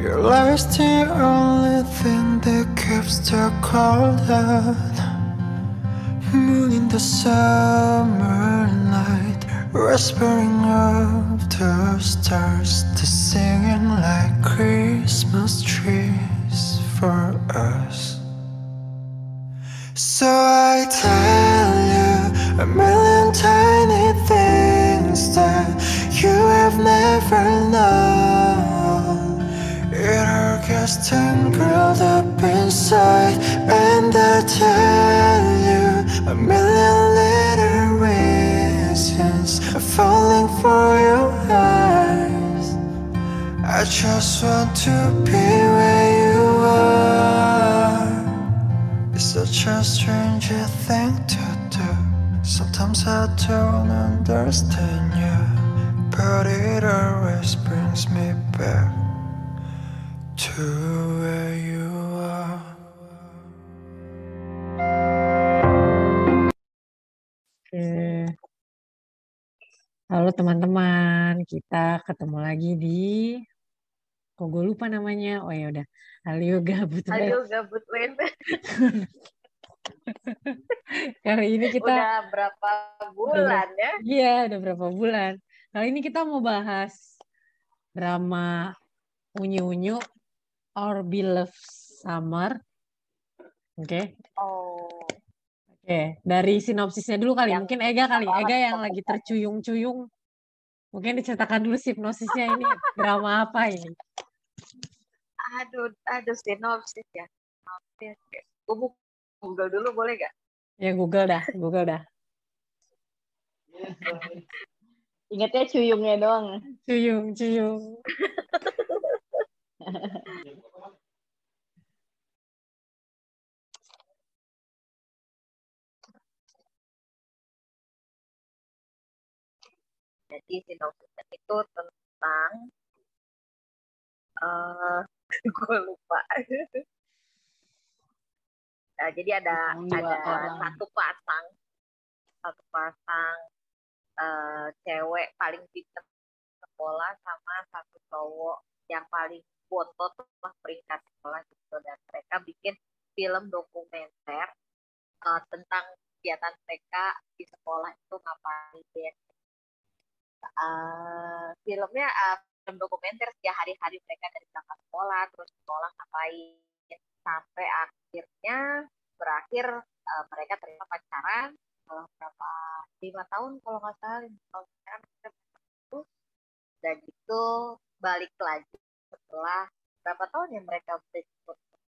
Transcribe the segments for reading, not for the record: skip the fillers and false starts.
Your light's the only thing that keeps the cold out. Moon in the summer night, whispering of the stars, to singing like Christmas trees for us. So I tell you a million tiny things that you have never known. It all gets tangled up inside, and I tell you a million little reasons falling for your eyes. I just want to be where you are. It's such a strange thing to do. Sometimes I don't understand you, but it always brings me back to where you are. Oke. Halo teman-teman, kita ketemu lagi di kok gue lupa namanya. Oh ya udah, Hallyu Gabut Web. Hallyu Gabut Web. Kali ini kita udah berapa bulan ya? Iya, udah berapa bulan. Kali ini kita mau bahas drama Unyu-Unyu Our Beloved Summer. Oke. Oke, dari sinopsisnya dulu kali. Mungkin Ega kali. Ega yang lagi tercuyung-cuyung. Mungkin diceritakan dulu sinopsisnya ini drama apa ini? Aduh sinopsis ya. Gue Google dulu boleh gak? Ya Google dah. Ingatnya cuyungnya doang. Cuyung. Jadi sinopsisnya itu tentang gue lupa. Nah, jadi ada satu pasang cewek paling pintar sekolah sama satu cowok yang paling bontot lah peringkat sekolah gitu, dan mereka bikin film dokumenter tentang kegiatan mereka di sekolah itu ngapain. Filmnya film dokumenter setiap hari-hari mereka dari berangkat sekolah, terus sekolah ngapain, sampai akhirnya berakhir mereka terima pacaran setelah berapa 5 tahun kalau nggak salah 5 tahun pacaran, dan itu balik lagi setelah berapa tahun ya mereka berikut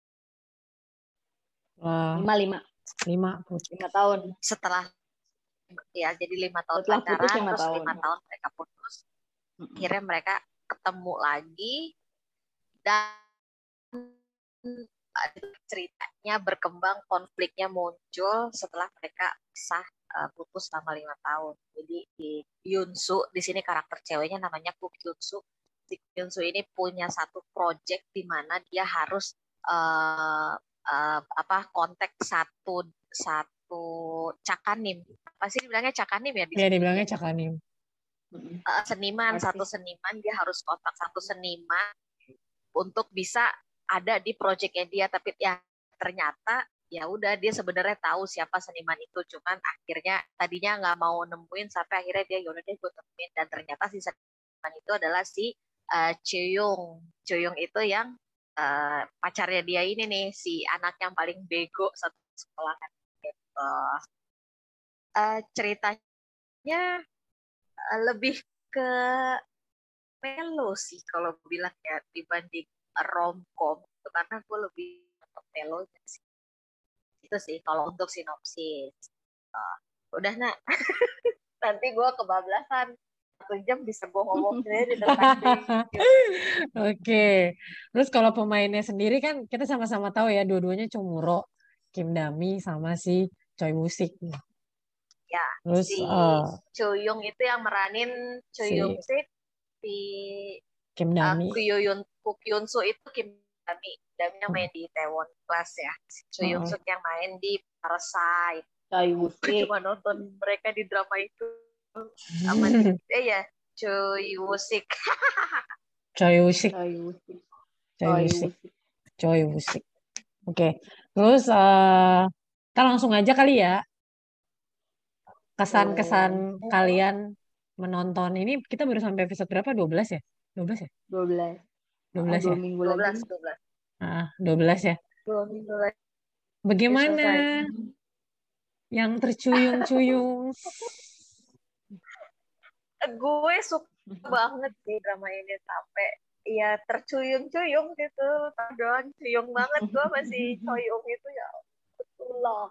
5 tahun setelah ya, jadi 5 tahun pacaran terus 5 tahun mereka putus. Akhirnya mereka ketemu lagi dan ceritanya berkembang, konfliknya muncul setelah mereka putus selama 5 tahun. Jadi di Yunsu di sini karakter ceweknya namanya Kuk Yunsu. Si Yunsu ini punya satu project di mana dia harus kontak satu cakanim. Apa sih dibilangnya cakanim ya? Iya, dibilangnya cakanim. Satu seniman, dia harus kontak satu seniman untuk bisa ada di proyeknya dia, tapi ya ternyata ya udah dia sebenarnya tahu siapa seniman itu, cuman akhirnya tadinya nggak mau nemuin sampai akhirnya dia yaudah deh gue temuin, dan ternyata si seniman itu adalah si Choyong itu yang pacarnya dia ini nih, si anak yang paling bego satu sekolah kan gitu. Ceritanya lebih ke melo sih kalau bilang ya dibanding romcom, karena gue lebih melo sih. Itu sih kalau untuk sinopsis. Udah nak. Nanti gue kebablasan 1 jam bisa gue ngomong sendiri di depan. Oke. Terus kalau pemainnya sendiri kan kita sama-sama tahu ya, dua-duanya Chomuro, Kim Dami sama si Choi Woo-sik. Ya, terus si Choyong itu yang meranin Choi Woo-sik, si Kim Dami. Kuk Yun-soo itu Kim Dami. Dami yang main di Taiwan Class ya. Choi Yun-soo yang main di Parasite. Choi Woo-sik. Cuma nonton mereka di drama itu. Sama Choi Woo-sik. Choi Woo-sik. Coy Wusik. Oke. Terus kita langsung aja kali ya. Kesan-kesan kalian menonton ini. Kita baru sampai episode berapa? 12 ya? 12 ya? 12 ya? 2 minggu lagi. 12 ya? 2 minggu lagi. Bagaimana yang tercuyung-cuyung? Gue suka banget sih drama ini sampai ya tercuyung-cuyung gitu. Doang cuyung banget gue masih coyung itu ya. Betul loh.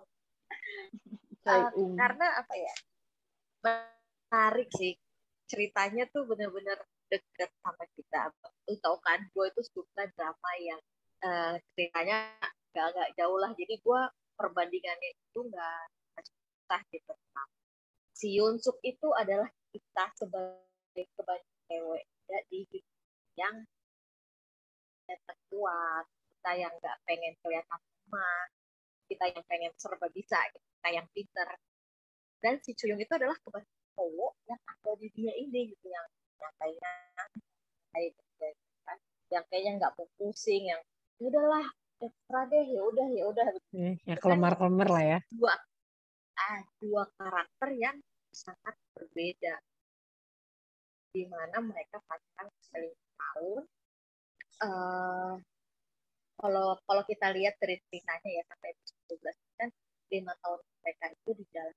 Karena apa ya? Menarik sih. Ceritanya tuh benar-benar deket sama kita. Lu tau kan, gue itu suka drama yang ceritanya gak jauh lah. Jadi gue perbandingannya itu gak susah gitu. Si Yunsuk itu adalah kita sebagai kebanyakan cewek ya, di yang terkuat, kita yang gak pengen kelihatan lemah, kita yang pengen serba bisa, kita yang pinter. Dan si Chuyung itu adalah kebanyakan cowok yang ada di dunia ini gitu, yang kayaknya nggak mau pusing, yang udahlah terserah deh, ya udah ya kelemar-kelemar lah ya. Dua karakter yang sangat berbeda, di mana mereka pacaran 5 tahun. Kalau kita lihat dari ceritanya ya sampai 12 kan 5 tahun mereka itu di jalan.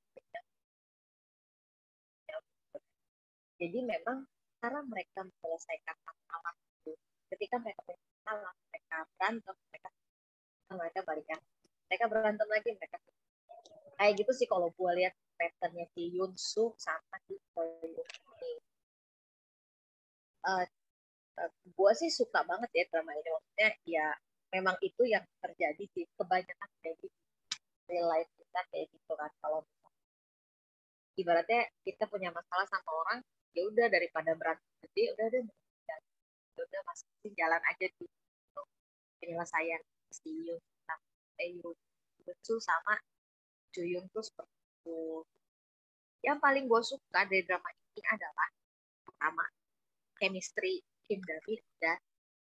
Jadi memang cara mereka menyelesaikan masalah itu, ketika mereka masalah, mereka berantem, mereka balikan, mereka berantem lagi, mereka kayak gitu sih kalau gue lihat patternnya si Yunsuk sama si Choi ini. Gue sih suka banget ya drama ini, maksudnya ya memang itu yang terjadi di kebanyakan kayak di real life kita kayak gitu kan. Kalau ibaratnya kita punya masalah sama orang, ya udah daripada berantem gede, udah masih jalan aja di penyelesaian si Yunsuk sama Chuyung tuh seperti itu. Yang paling gue suka dari drama ini adalah pertama chemistry Kim David dan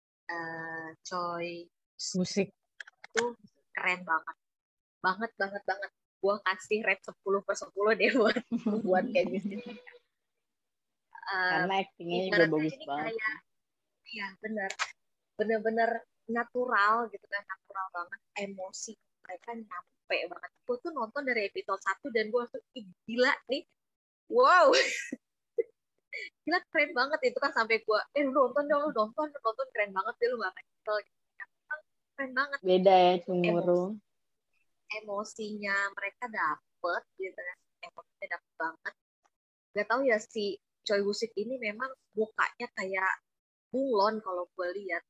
Choi Musik itu keren banget. Gue kasih rate 10/10 deh buat chemistry. Karena actingnya juga bagus banget. Iya bener natural gitu kan, natural banget, emosi mereka nyampe banget. Gue tuh nonton dari episode 1 dan gue langsung gila nih, wow. Gila keren banget itu kan, sampai gue lu nonton keren banget deh, lu gak kesel gitu. Keren banget, beda ya cemburu, emosinya mereka dapet gitu kan, emosinya dapet banget. Gak tahu ya si Choi Woo-sik ini memang mukanya kayak bunglon kalau gue lihat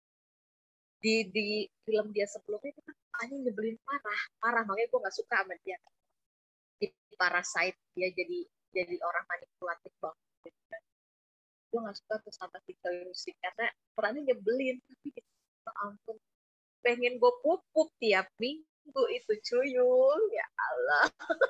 di film dia sebelumnya itu kan mukanya nyebelin parah, makanya gue nggak suka sama dia. Di Parasite dia jadi orang manipulatif banget gitu. Gue nggak suka tuh sama si Choi Woo-sik karena perannya nyebelin, tapi ya ampun pengen gue pupuk tiap minggu itu Chuyung, ya Allah.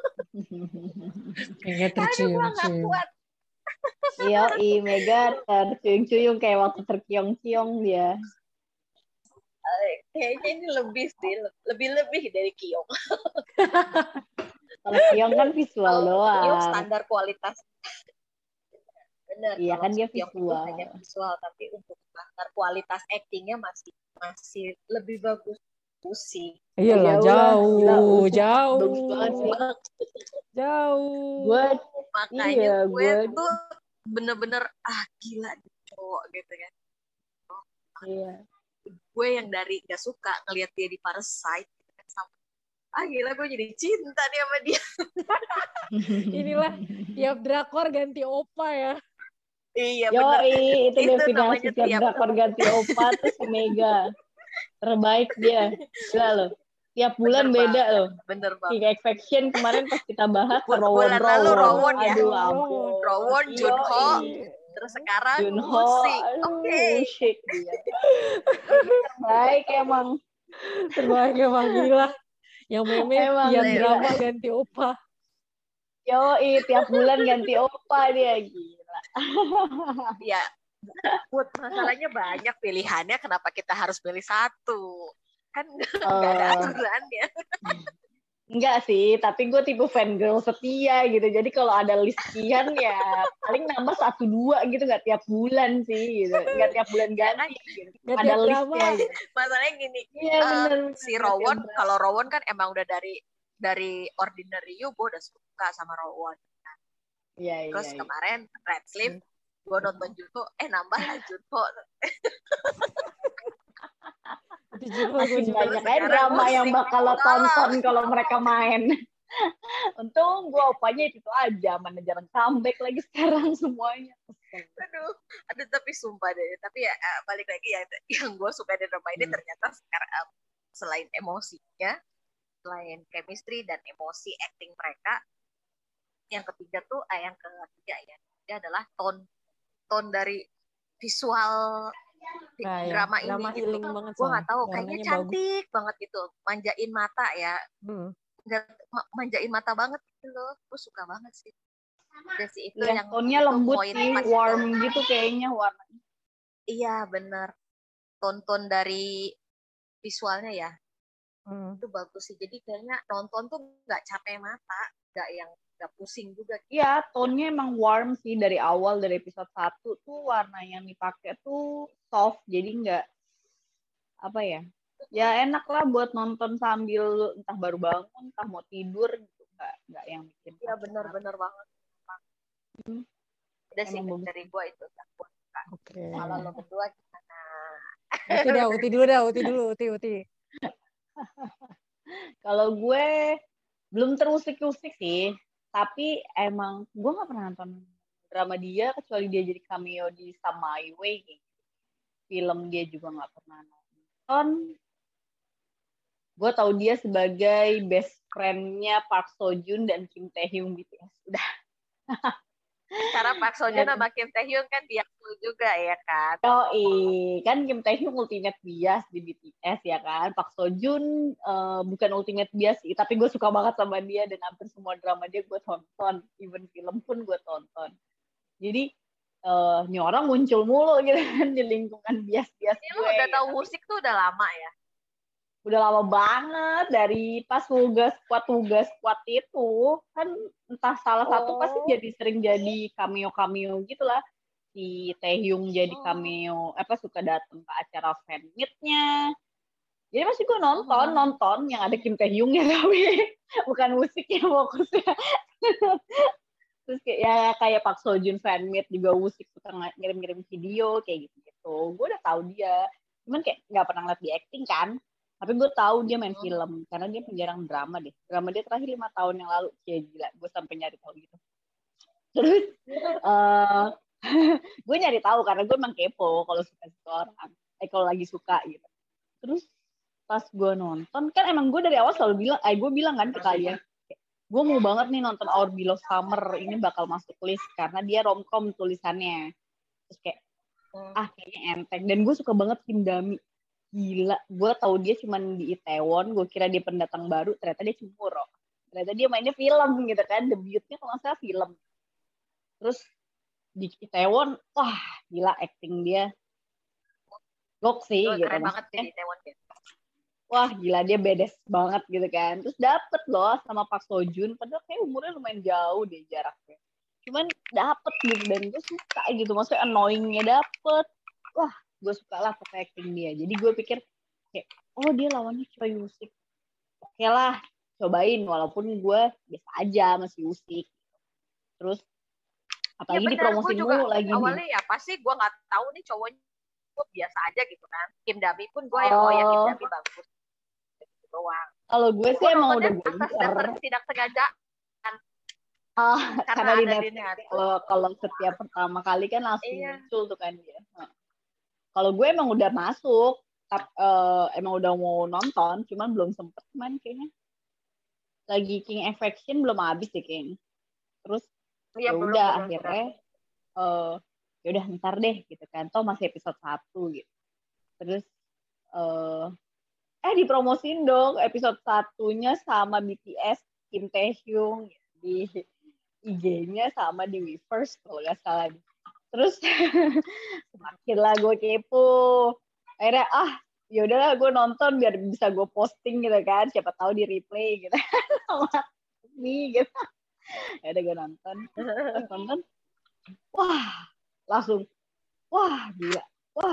Aduh gue nggak kuat. Iya, Mega tercuyung-cuyung kayak waktu terkiong-kiong dia. Kayaknya ini lebih dari Kyung. Kalau Kyung kan visual doang. Kyung standar kualitas. Bener. Iya kan dia visual. Hanya visual, tapi untuk standar kualitas actingnya masih lebih bagus sih. Iya lah, jauh. Bagus banget sih. Jauh. Makanya gue tuh bener-bener gila cowok gitu kan. Iya. Gue yang dari gak suka ngelihat dia di Parasite gitu kan, sama gila gue jadi cinta nih sama dia. Inilah tiap drakor ganti opa ya. Iya benar. Itu definisi tiap drakor ganti opa tuh si Mega. Terbaik dia. Gila loh. Tiap bulan bener beda banget. loh. Bener banget. King Affection kemarin pas kita bahas bulan lalu Rawon ya. Aduh ampun. Rawon, Junho. Terus sekarang musik. Oke. Musik dia. Terbaik emang. Gila. Yang meme tiap drama ganti opa. Tiap bulan ganti opa dia, gila. Ya, Buat masalahnya banyak pilihannya, kenapa kita harus pilih satu? Kan nggak ada aturannya. Enggak sih, tapi gue tipe fan girl setia gitu. Jadi kalau ada list sekian ya paling nambah 1-2 gitu, nggak tiap bulan sih gitu. Nggak tiap bulan ganti gitu. Nggak Ada tiap listnya drama. gitu. Masalahnya gini, Iya bener. si Rowan, kalau Rowan kan emang udah dari Ordinary You, gue udah suka sama Rowan. Iya. Terus kemarin Red Sleeve, gue nonton Junho, nambah lah Junho. Makin banyak aja drama yang bakal lo tonton kalau mereka main. Untung gue opanya itu aja, mana jarang comeback lagi sekarang semuanya. Aduh, tapi sumpah deh. Tapi ya balik lagi ya, yang gue suka dari drama ini ternyata sekarang selain emosinya, selain chemistry dan emosi acting mereka, yang ketiga ya adalah tone dari visual drama ini healing gitu. Banget, gue nggak tahu, kayaknya cantik banget gitu, manjain mata ya. Manjain mata banget gitu loh, gue suka banget sih. Itu ya, yang tone-nya lembut sih, warm gitu kayaknya warnanya. Iya bener, tonton dari visualnya ya, itu bagus sih. Jadi kayaknya nonton tuh nggak capek mata, nggak pusing juga. Iya, tone-nya emang warm sih dari awal, dari episode 1 tuh warna yang dipakai tuh soft, jadi nggak ya enak lah buat nonton sambil entah baru bangun, entah mau tidur gitu, nggak yang bikin. Iya bener banget. Udah sih dari gue itu yang gue suka. Kalau lo berdua gimana? Uti. Kalau gue belum terusik-usik sih, tapi emang gue nggak pernah nonton drama dia kecuali dia jadi cameo di Some My Way. Film dia juga nggak pernah nonton. Gue tahu dia sebagai best friend-nya Park Seo Joon dan Kim Tae Hyung BTS. Udah. Karena Park Seo Joon sama Kim Tae Hyung kan dia juga ya kan. Kan Kim Tae Hyung ultimate bias di BTS ya kan. Park Seo Joon bukan ultimate bias sih, tapi gue suka banget sama dia dan hampir semua drama dia gue tonton, even film pun gue tonton. Jadi ini orang muncul mulu gitu kan di lingkungan bias-bias gue. Lu udah tahu musik tuh udah lama ya? Udah lama banget, dari pas tugas squad itu kan entah salah satu pasti sering jadi cameo gitulah. Si Taehyung jadi cameo, suka datang ke acara fan meet-nya. Jadi masih gue nonton yang ada Kim Taehyung ya, tapi bukan musiknya fokusnya. Terus kayak Park Seo Joon fan meet juga musik, suka ngirim-ngirim video kayak gitu. Gue udah tahu dia, cuman kayak nggak pernah ngeliat di acting kan. Tapi gue tahu dia main film, karena dia penjarang drama deh. Drama dia terakhir 5 tahun yang lalu. Kayak gila, gue sampai nyari tahu gitu. Terus, gue nyari tahu karena gue emang kepo kalau suka seseorang. Kalau lagi suka gitu. Terus, pas gue nonton, kan emang gue dari awal selalu bilang, gue bilang kan ke kalian, gue mau banget nih nonton Our Beloved Summer, ini bakal masuk list, karena dia romcom tulisannya. Terus kayak, kayaknya enteng. Dan gue suka banget Kim Dami. Gila, gue tahu dia cuma di Itaewon, gue kira dia pendatang baru, ternyata dia Cimuro. Ternyata dia mainnya film gitu kan, debutnya kalau nggak salah film. Terus di Itaewon, wah gila acting dia. Gok sih gitu. Keren banget di Itaewon ya. Wah gila, dia badass banget gitu kan. Terus dapet loh sama Park Seo Joon, padahal kayak umurnya lumayan jauh deh jaraknya. Cuman dapet gitu, dan gue suka gitu, maksudnya annoying-nya dapet. Wah, gue suka lah pakai acting dia. Jadi gue pikir kayak, dia lawannya Choi Woo-sik. Oke lah, cobain walaupun gue biasa aja masih Woo-sik. Terus apalagi dipromosin mulu lagi. Awalnya ya pasti gue nggak tahu nih cowoknya, gue biasa aja gitu kan. Kim Dami pun gue yang Kim Dami bagus. Doang. Kalau gue sih emang udah atas dasar tidak sengaja. Karena di Netflix kalau setiap pertama kali kan langsung muncul tuh kan dia. Kalau gue emang udah masuk, emang udah mau nonton, cuman belum sempet main kayaknya. Lagi King Affection belum habis deh kayaknya. Terus ya udah akhirnya ya udah ntar deh gitu kan. Toh masih episode 1 gitu. Terus dipromosin dong episode 1-nya sama BTS, Kim Tae Hyung di IG-nya sama di Weverse kalau nggak salah. Terus semakin lah gue kepo. Akhirnya ya udahlah gue nonton biar bisa gue posting gitu kan. Siapa tahu di replay gitu sama nih gitu. Ya udah gue nonton. Pas nonton, langsung gila.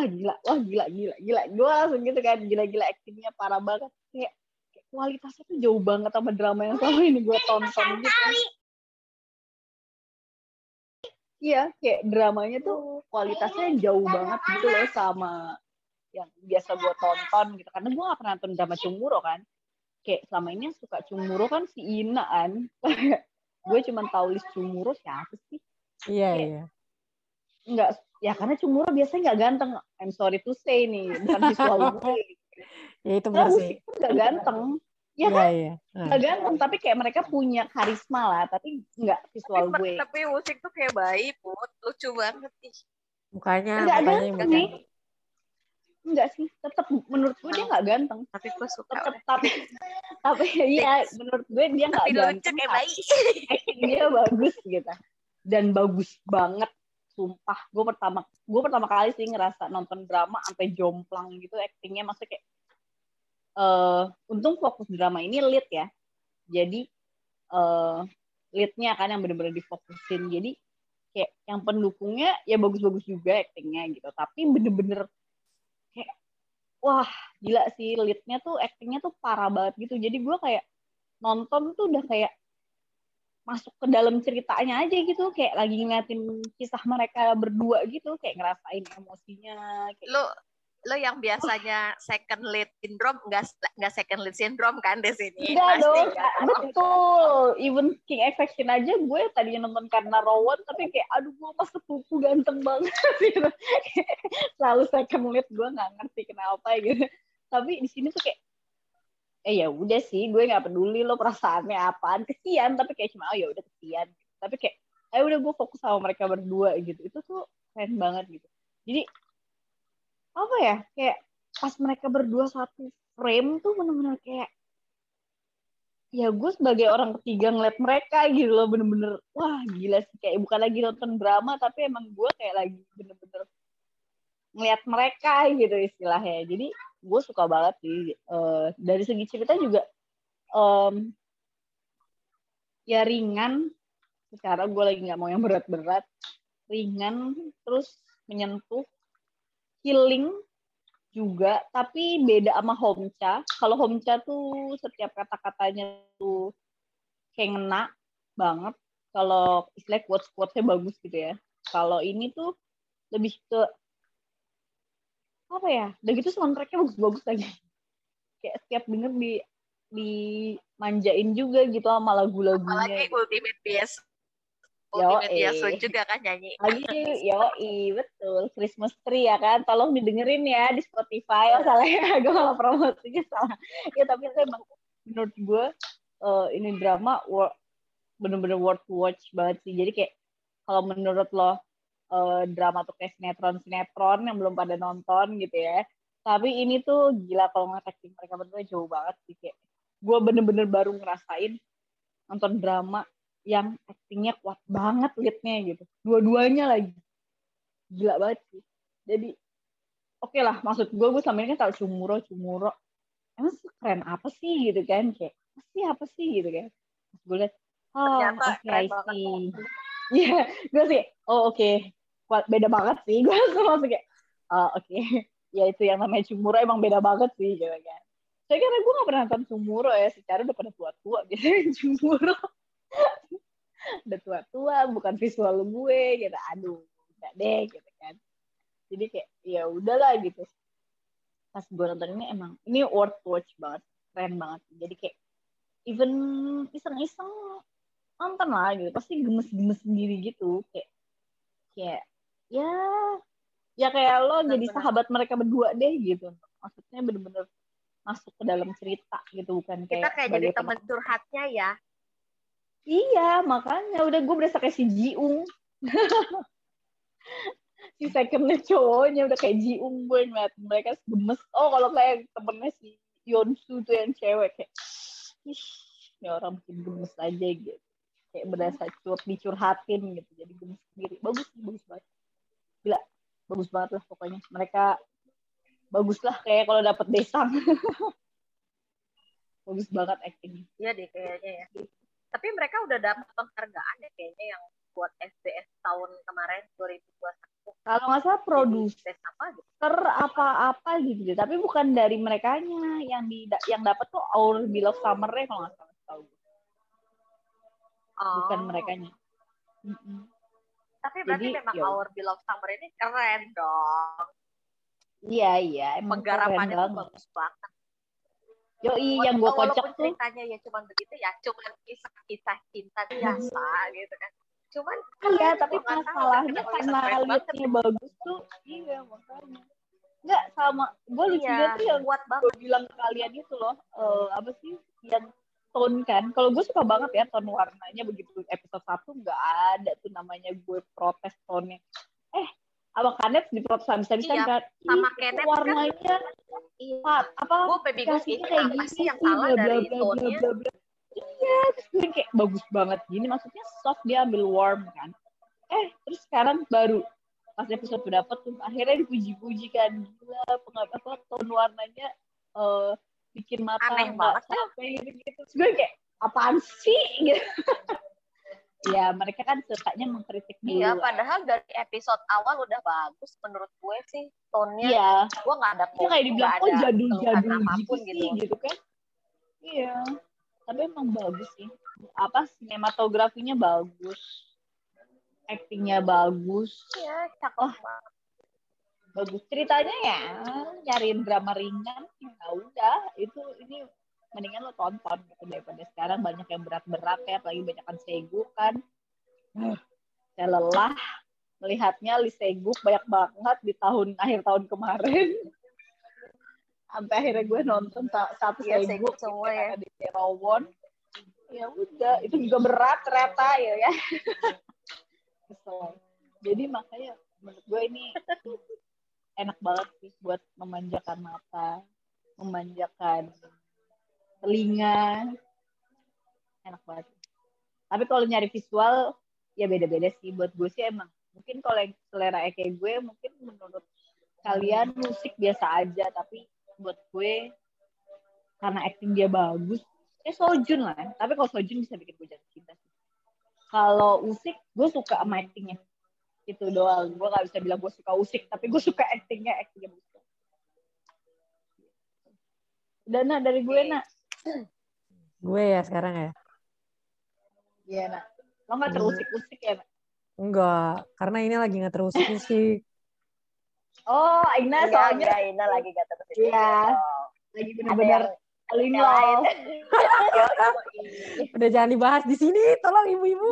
Gue langsung gitu kan, gila aktingnya parah banget. Kayak kualitasnya tuh jauh banget sama drama yang selama ini gue tonton gitu. Iya, kayak dramanya tuh kualitasnya jauh banget gitu loh sama yang biasa gue tonton gitu. Karena gue gak pernah nonton drama Cumuro kan. Kayak selama ini yang suka Cumuro kan si Ina kan. Gue cuma tahu list Cumuro siapa sih. Iya. Enggak, ya karena Cumuro biasanya gak ganteng. I'm sorry to say nih, bukan visual gue. Ya itu benar sih. Gak ganteng. Ya kan? Iya. Gak ganteng, tapi kayak mereka punya karisma lah, tapi nggak visual gue. Tapi musik tuh kayak bayi, Put. Lucu banget nih. Mukanya ganteng nih. Enggak sih, tetap menurut gue dia nggak ganteng. Tapi gue suka. Tapi iya, menurut gue dia nggak ganteng. Lucu kayak bayi. Actingnya bagus gitu. Dan bagus banget. Sumpah, gue pertama kali sih ngerasa nonton drama sampai jomplang gitu actingnya, maksudnya kayak untung fokus drama ini lead ya, jadi leadnya kan yang benar-benar difokusin, jadi kayak yang pendukungnya ya bagus-bagus juga actingnya gitu, tapi bener-bener kayak wah gila sih, leadnya tuh actingnya tuh parah banget gitu, jadi gue kayak nonton tuh udah kayak masuk ke dalam ceritanya aja gitu, kayak lagi ngeliatin kisah mereka berdua gitu, kayak ngerasain emosinya. Kayak lo yang biasanya second lead syndrome nggak second lead syndrome kan di sini? Enggak dong, betul. Even King Affection aja gue tadi nonton karena Rowan, tapi kayak aduh gue mas sepupu ganteng banget gitu. Selalu second lead, gue nggak ngerti kenapa gitu. Tapi di sini tuh kayak ya udah sih, gue nggak peduli lo perasaannya apaan, kesian, tapi kayak cuma ya udah kesian, tapi kayak udah gue fokus sama mereka berdua gitu, itu tuh keren banget gitu. Jadi apa ya, kayak pas mereka berdua satu frame tuh bener-bener kayak ya gue sebagai orang ketiga ngeliat mereka gitu loh, bener-bener wah gila sih, kayak bukan lagi nonton drama tapi emang gue kayak lagi bener-bener ngeliat mereka gitu istilahnya. Jadi gue suka banget sih, dari segi cerita juga ya ringan, secara gue lagi nggak mau yang berat-berat, ringan, terus menyentuh, healing juga, tapi beda sama Homcha. Kalau Homcha tuh setiap kata-katanya tuh kayak ngena banget, kalau istilah quotes-quotesnya bagus gitu ya. Kalau ini tuh lebih ke apa ya, udah gitu soundtracknya bagus-bagus lagi, kayak setiap denger dimanjain juga gitu sama lagu-lagunya. Apalagi Ultimate BS juga kan nyanyi. Lagi betul, Christmas Tree ya kan, tolong didengerin ya di Spotify. Salahnya gue malah promosinya salah ya, tapi itu emang menurut gue ini drama bener-bener worth to watch banget sih. Jadi kayak kalau menurut lo drama tuh kayak sinetron yang belum pada nonton gitu ya, tapi ini tuh gila kalau nge-acting mereka berdua jauh banget sih. Kayak gue bener-bener baru ngerasain nonton drama yang actingnya kuat banget leadnya gitu, dua-duanya lagi gila banget sih. Jadi oke lah, maksud gue selama ini kan tahu Cumuro emang keren apa sih gitu kan, kayak apa sih gitu kan. Gue liat keren banget. Iya, gue sih oke. Beda banget sih, gue langsung kayak oke. Ya itu yang namanya Cumuro emang beda banget sih gitu kan. Saya karena gue gak pernah nonton Cumuro ya, secara udah pada tua-tua biasanya Cumuro udah tua-tua, bukan visual gue gitu, aduh enggak deh gitu kan. Jadi kayak ya udahlah gitu, pas gue nonton ini emang ini worth watch banget, keren banget. Jadi kayak even iseng-iseng nonton lah gitu, pasti gemes-gemes sendiri gitu, kayak ya kayak lo jadi sahabat mereka berdua deh gitu. Maksudnya bener-bener masuk ke dalam cerita gitu, bukan kita kayak jadi teman curhatnya ya. Iya, makanya udah gue berasa kayak si Jiung. Si secondnya cowoknya udah kayak Jiung, gue ngeliat mereka gemes. Oh, kalau kayak temennya si Yeonsu tuh yang cewek, kayak ini orang bikin gemes aja gitu. Kayak berasa dicurhatin gitu, jadi gemes sendiri. Bagus banget. gila, bagus banget lah pokoknya. Mereka bagus lah kayak kalau dapet Desang. Bagus banget actingnya. Iya deh kayaknya ya. Tapi mereka udah dapat penghargaan ya kayaknya yang buat SBS tahun kemarin 2021. Kalau nggak salah produser apa apa-apa gitu. Tapi bukan dari merekanya. Yang dapat tuh Our Beloved Summer-nya kalau nggak salah tahu. Bukan merekanya. Tapi berarti memang Our Beloved Summer ini keren dong. Iya. Penggarapannya tuh bagus banget. Yoi, yang gue kocok tuh ceritanya ya cuman begitu ya, cuman kisah cinta biasa gitu kan. Cuman iya, tapi masalahnya karena liatnya bagus tuh, iya makanya. Enggak sama, gue lucunya tuh yang kuat banget. Gue bilang ke kalian itu loh, apa sih yang tone kan. Kalau gue suka banget ya tone warnanya begitu episode 1 nggak ada tuh namanya gue protes tone-nya. Abang Kanet diprotes habis-habisan kan. Sama Kenneth warnanya kan. Apa? Gue bingung ini apa sih yang salah dari tone-nya. Iya, terus gue kayak bagus banget gini. Maksudnya soft, dia ambil warm kan. Terus sekarang baru pas episode berapa tuh akhirnya dipuji-puji kan. Gila, tone warnanya bikin mata aneh banget capek gitu. Terus gue kayak apaan sih gitu. Ya mereka kan sukanya mengkritik dulu. Iya, padahal dari episode awal udah bagus menurut gue sih tone-nya. Iya. Gue nggak ada kayak dibilang jadul-jadul apapun gitu kan. Iya. Tapi emang bagus sih. Apa sinematografinya bagus. Actingnya bagus. Iya, cakep banget. Bagus ceritanya ya, nyariin drama ringan. Ya udah, ini mendingan lo tonton gitu daripada sekarang banyak yang berat-berat ya, apalagi banyak Seguk kan. Saya lelah melihatnya Lee Seguk banyak banget di akhir tahun kemarin. Sampai akhirnya gue nonton satu Seguk semua ya di Terawon. Ya udah, itu juga berat ternyata ya. Jadi makanya menurut gue ini enak banget sih buat memanjakan mata, memanjakan telinga, enak banget. Tapi kalau nyari visual ya beda-beda sih. Buat gue sih emang mungkin kalau yang selera kayak gue, mungkin menurut kalian musik biasa aja, tapi buat gue karena acting dia bagus, Sojun lah. Tapi kalau Sojun bisa bikin gue jatuh cinta sih. Kalau Usik gue suka sama actingnya, itu doang. Gue nggak bisa bilang gue suka Usik, tapi gue suka actingnya bagus. Udah Nak, dari gue Nak. Gue ya sekarang ya. Iya Nak. Lo nggak terusik-usik ya Nak? Enggak, karena ini lagi nggak terusik-usik. Oh, Ina soalnya Ina lagi nggak terusik. Iya. Lagi benar-benar paling lain. Udah jangan dibahas di sini, tolong ibu-ibu.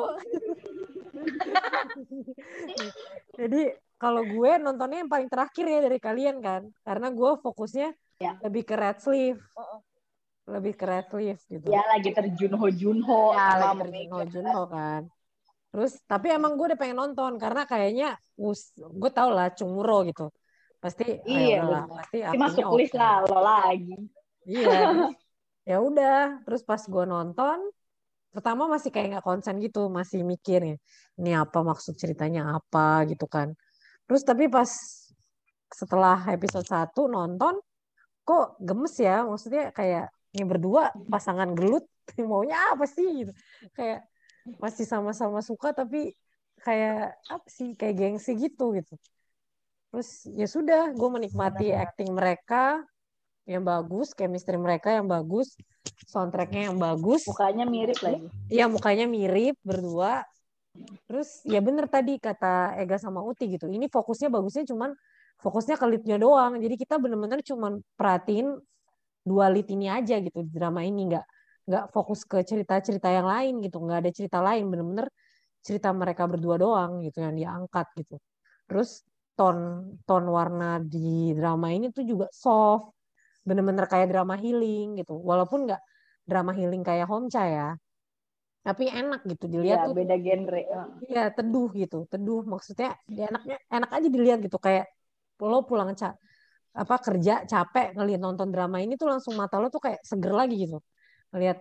Jadi kalau gue nontonnya yang paling terakhir ya dari kalian kan, karena gue fokusnya lebih ke Red Sleeve. Lebih ke Red Sleeve gitu. Ya lagi Junho ya, lagi Junho kan. Terus tapi emang gue udah pengen nonton karena kayaknya gue tau lah Cunguro gitu. Pasti pasti masuk list lah lo lagi. Iya. Ya udah, terus pas gue nonton pertama masih kayak nggak konsen gitu, masih mikir ya, ini apa maksud ceritanya apa gitu kan. Terus tapi pas setelah episode 1 nonton kok gemes ya, maksudnya kayak ini berdua pasangan gelut maunya apa sih gitu. Kayak masih sama-sama suka tapi kayak apa sih, kayak gengsi gitu. Terus ya sudah, gue menikmati acting mereka yang bagus, chemistry mereka yang bagus, soundtracknya yang bagus. Mukanya mirip lagi. Iya, mukanya mirip berdua. Terus ya bener tadi kata Ega sama Uti gitu. Ini fokusnya bagusnya cuman fokusnya ke lead-nya doang. Jadi kita bener-bener cuman perhatiin 2 lead ini aja gitu di drama ini, nggak fokus ke cerita-cerita yang lain gitu, nggak ada cerita lain, bener-bener cerita mereka berdua doang gitu yang diangkat gitu. Terus tone warna di drama ini tuh juga soft, bener-bener kayak drama healing gitu, walaupun nggak drama healing kayak Homcha ya, tapi enak gitu dilihat tuh. Beda genre. Iya, teduh gitu, teduh maksudnya ya enak aja dilihat gitu, kayak lo pulang kerja capek ngeliat nonton drama ini tuh langsung mata lo tuh kayak seger lagi gitu ngeliat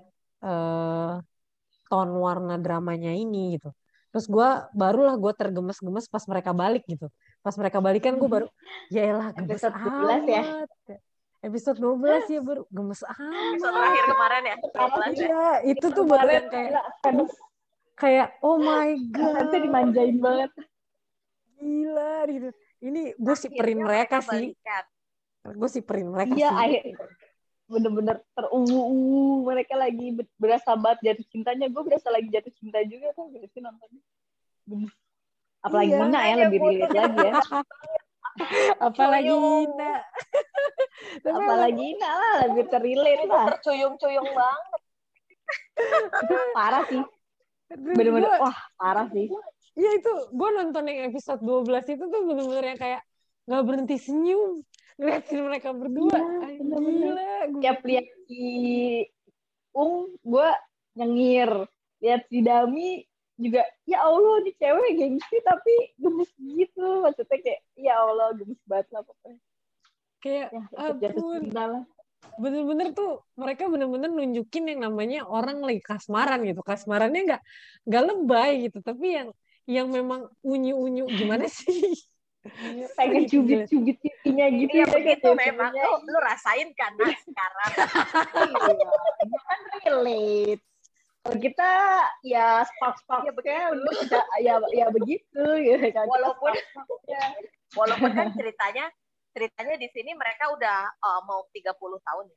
tone warna dramanya ini gitu. Terus barulah gue tergemes-gemes pas mereka balik gitu, Pas mereka balikan gue baru, ya elah gemes Episode 12 ya. amat. Episode 12 ya baru gemes Episode amat. terakhir kemarin ya, 12 ya. Iya, itu tuh baru yang kayak oh my god. Fansnya dimanjain banget. Gila gitu. Ini gue siperin mereka sih. Gue siperin mereka sih. Iya, bener-bener terungu-ungu. Mereka lagi berasa banget jatuh cintanya. Gue berasa lagi jatuh cinta juga kan. Gak sih nontonnya. Apalagi Ina ya, lebih relate lagi ya. Apalagi Ina. Apalagi Ina lah, lebih terrelate lah. Tercuyung-cuyung banget. Itu parah sih. Bener-bener, wah parah sih. Iya itu, gue nonton yang episode 12 itu tuh bener-bener yang kayak gak berhenti senyum. Ngeliatin mereka berdua. Iya, Gila. Tiap lihat si gue nyengir. Lihat si Dami juga, ya Allah di cewek gengsi tapi gemes gitu. Maksudnya kayak, ya Allah gemes banget lah pokoknya. Kayak, ampun. Bener-bener tuh, mereka bener-bener nunjukin yang namanya orang lagi kasmaran gitu. Kasmarannya nggak lebay gitu. Tapi yang memang unyu-unyu gimana sih? Pengen cubit-cubit pipinya gitu. Ya begitu memang. Lu rasain kan sekarang. Iya, kan relate. Kalau kita ya spark-spark ya begitu. Ya begitu ya kan. Walaupun kan ceritanya di sini mereka udah mau 30 tahun.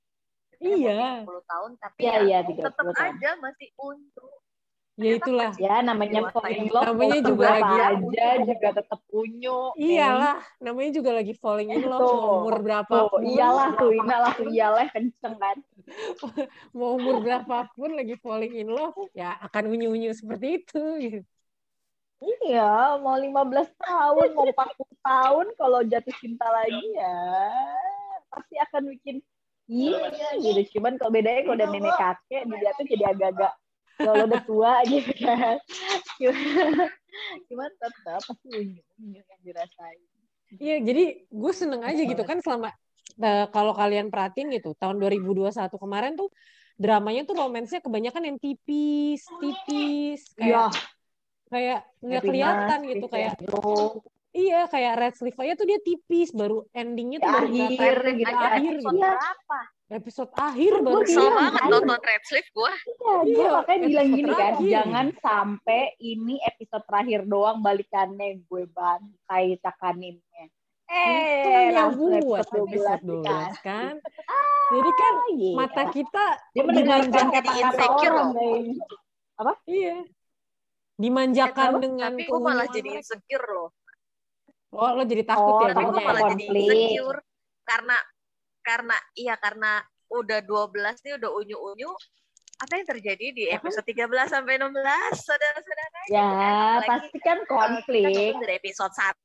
Iya. 30 tahun tapi tetap aja masih unyu. Ya itulah. Ya namanya falling in love. Namanya juga lagi aja juga tetap unyu. Iyalah, namanya juga lagi falling in love. Mau umur berapapun. Iyalah tuh, Ina langsung iyalah kenceng kan. Mau umur berapapun lagi falling in love, ya akan unyu-unyu seperti itu. Gitu. Iya, mau 15 tahun, mau 40 tahun, kalau jatuh cinta lagi ya pasti akan bikin gitu. Cuman kalau bedanya kalau udah nenek kakek, dia tuh jadi agak-agak kalau udah tua gitu kan. Cuman tetap pasti unyu-unyu yang dirasain. Iya, jadi gue seneng aja gitu kan selama kalau kalian perhatiin gitu, tahun 2021 kemarin tuh dramanya tuh romansnya kebanyakan yang tipis kayak nggak kelihatan gitu kayak iya kayak Red Sleeve aja tuh dia tipis baru endingnya tuh baru akhir berapa episode akhir baru kesel banget nonton Red Sleeve gue makanya bilang gini kan jangan sampai ini episode terakhir doang balikannya gue bantai cakaninnya itu yang buat episode 12 kan jadi kan mata kita dimanjakan insecure apa iya dimanjakan dengan tapi gue malah jadi insecure loh. Oh, lo jadi takut ya? Tapi gue malah jadi insecure karena udah 12 nih udah unyu-unyu. Apa yang terjadi di episode 13 sampai 16, saudara-saudara? Ya, pasti kan konflik. Kita nonton dari episode 1.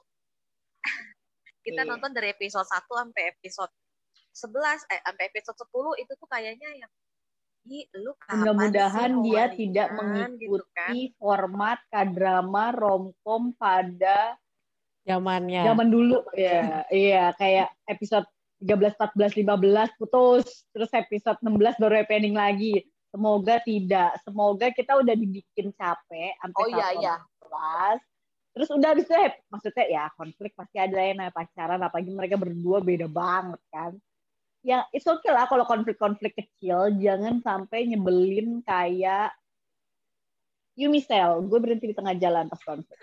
Kita nonton dari episode 1 sampai episode 11 sampai episode 10 itu tuh kayaknya yang mudah-mudahan dia tidak mengikuti gitu kan? Format K-drama romcom pada zaman dulu ya. Iya, kayak episode 13, 14, 15 putus, terus episode 16 baru happy ending lagi. Semoga tidak. Semoga kita udah dibikin capek sampai kelas. Terus udah habis itu maksudnya ya konflik pasti ada yang namanya pacaran, apalagi mereka berdua beda banget kan. Ya, it's okay lah kalau konflik-konflik kecil, jangan sampai nyebelin kayak Yumisel. Gue berhenti di tengah jalan pas konflik.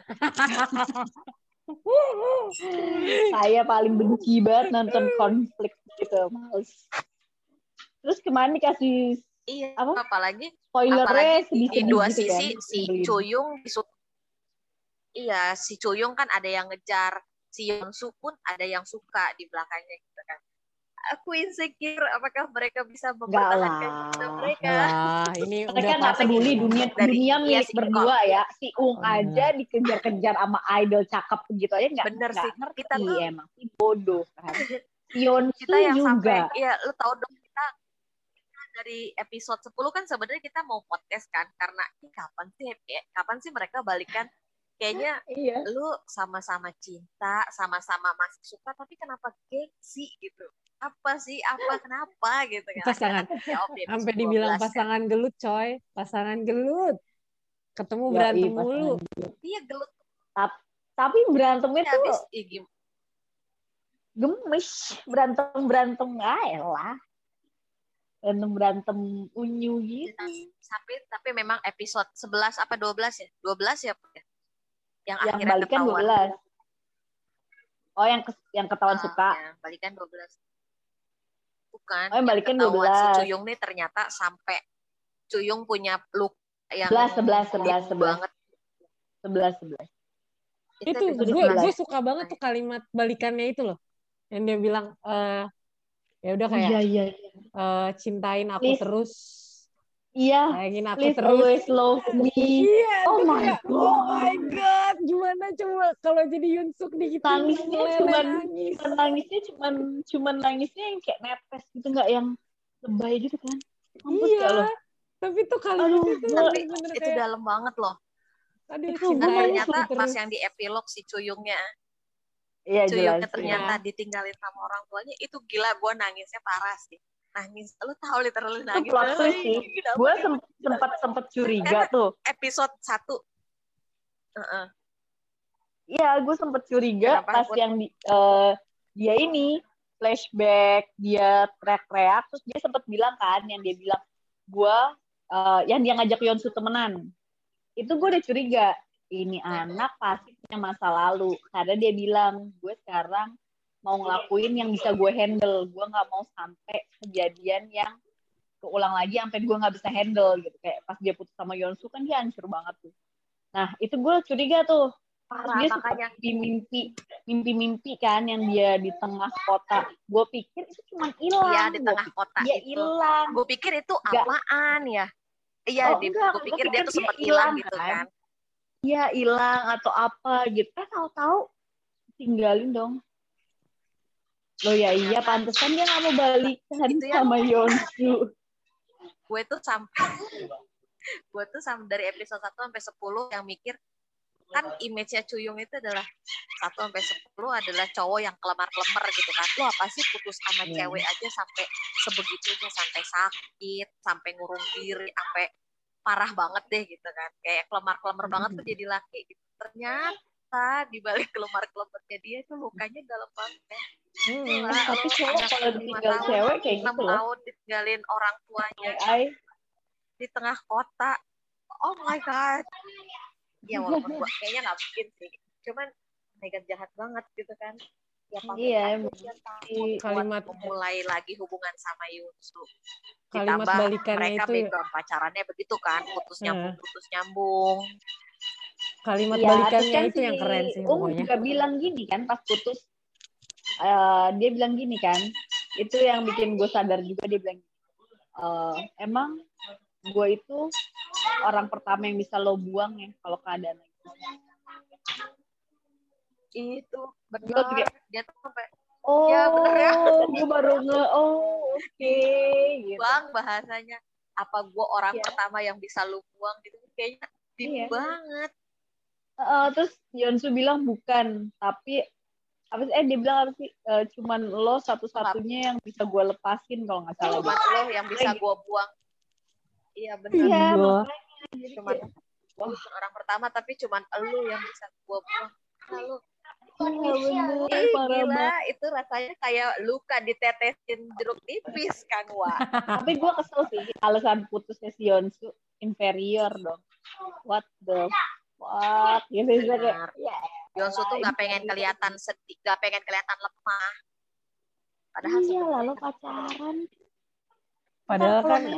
Saya paling benci banget nonton konflik gitu, males. Terus kemarin dikasih apalagi spoilernya di dua gitu sisi kan? Si Choyung si Choyung kan ada yang ngejar, si Yeonsu pun ada yang suka di belakangnya gitu kan. Aku insecure apakah mereka bisa mempertahankan cinta mereka. Ini mereka nggak peduli dunia milik berdua ya. Si aja dikejar-kejar sama idol cakep begitu aja nggak ngerti kita tuh emang bodoh kan. Yeonsu juga. Iya, lu tahu dong kita dari episode 10 kan sebenarnya kita mau podcast kan karena kapan sih mereka balikan. Kayaknya lu sama-sama cinta, sama-sama masih suka, tapi kenapa gengsi gitu? Kenapa gitu kan? Pasangan, sampai dibilang pasangan gelut coy, pasangan gelut, ketemu berantem mulu. Iya gelut. Tapi berantemnya tuh habis gemes, berantem lah. Berantem unyu gitu. Tapi memang episode 11 apa 12 ya? 12 ya? Yang akhirnya balikan ketahuan. 12. Oh, yang ketahuan suka. Ya, balikan 12. Bukan. Oh, yang balikan 12. Si Cuyung nih ternyata sampai Cuyung punya luka yang 11 banget. 11. Itu gue suka banget tuh kalimat balikannya itu loh. Yang dia bilang ya udah kayak iya. Cintain aku please. Terus. Iya. Sayangin aku please terus. Always love me. Iya. Oh my god. Gimana coba kalau jadi Yunsuk di gitu. Nangisnya cuman nangisnya yang kayak netes gitu, nggak yang lebay gitu kan. Mampus iya. lo. Tapi tuh kalimatnya tuh bener-bener itu kayak, dalam banget loh. Aduh, ternyata pas yang di epilog si Cuyungnya. Iya, Cuyungnya jelas, ternyata ditinggalin sama orang tuanya, itu gila, gue nangisnya parah sih. Nangis, lu tahu literally nangis. Itu plot twist sih. Gue sempat curiga tuh. Episode 1. Iya, gue sempat curiga pas yang dia ini flashback, dia teriak-teriak, terus dia sempat bilang kan, yang dia bilang gue yang dia ngajak Yonsu temenan. Itu gue udah curiga, ini anak pasti punya masa lalu, karena dia bilang gue sekarang mau ngelakuin yang bisa gue handle, gue nggak mau sampai kejadian yang keulang lagi sampai gue nggak bisa handle gitu. Kayak pas dia putus sama Yonsu kan dia hancur banget tuh. Nah itu gue curiga tuh, dia suka mimpi kan yang dia di tengah kota. Gue pikir itu cuma hilang. Iya, di tengah kota dia hilang. Gue pikir itu apaan ya? Iya, gue pikir dia tuh sempat hilang gitu kan. Iya, hilang atau apa gitu. Tahu-tahu tinggalin dong. Loh ya iya, pantesan dia nggak mau balikan sama Yonsu. Gue tuh sampai dari episode 1 sampai 10 yang mikir, kan image-nya Cuyung itu adalah 1 sampai 10 adalah cowok yang kelemar-kelemar gitu kan. Lo apa sih putus sama cewek aja sampai sebegitunya, sampai sakit, sampai ngurung diri, sampai parah banget deh gitu kan. Kayak kelemar-kelemar banget tuh jadi laki gitu. Ternyata di balik kelemar-kelemarnya dia itu lukanya dalam banget ya. Tapi cowok kalau ditinggal cewek kayak gitu 6 tahun ditinggalin orang tuanya di tengah kota. Oh my god. Ya walaupun gue kayaknya nggak mungkin sih, cuman mereka jahat banget gitu kan. Ya kalimat memulai lagi hubungan sama Yunsu. Kalimat ditambah balikannya mereka itu background pacarannya begitu kan, putus nyambung. Kalimat balikannya kan itu yang keren sih pokoknya. Juga bilang gini kan pas putus, dia bilang gini kan, itu yang bikin gue sadar juga. Dia bilang emang gue itu orang pertama yang bisa lo buang ya kalau keadaan itu benar. Dia tuh sampai ya benar ya. Gue baru oke. Gitu. Bang bahasanya apa gue orang pertama yang bisa lo buang gitu, kayaknya deep banget. Terus Yonsu bilang bukan, tapi dia bilang apa sih? Cuman lo satu-satunya yang bisa gue lepasin kalau nggak salah. Cuman lo yang bisa gue buang. Iya benar. Iya, cuman orang pertama tapi cuman lo yang bisa gue buang. Lalu gila, itu rasanya kayak luka ditetesin jeruk nipis kan, Wak. Tapi gue kesel sih alasan putusnya si Yonsu inferior dong. What gitu kayak. Yonsu tuh nggak pengen kelihatan sedih, nggak pengen kelihatan lemah. Padahal lalu pacaran. Padahal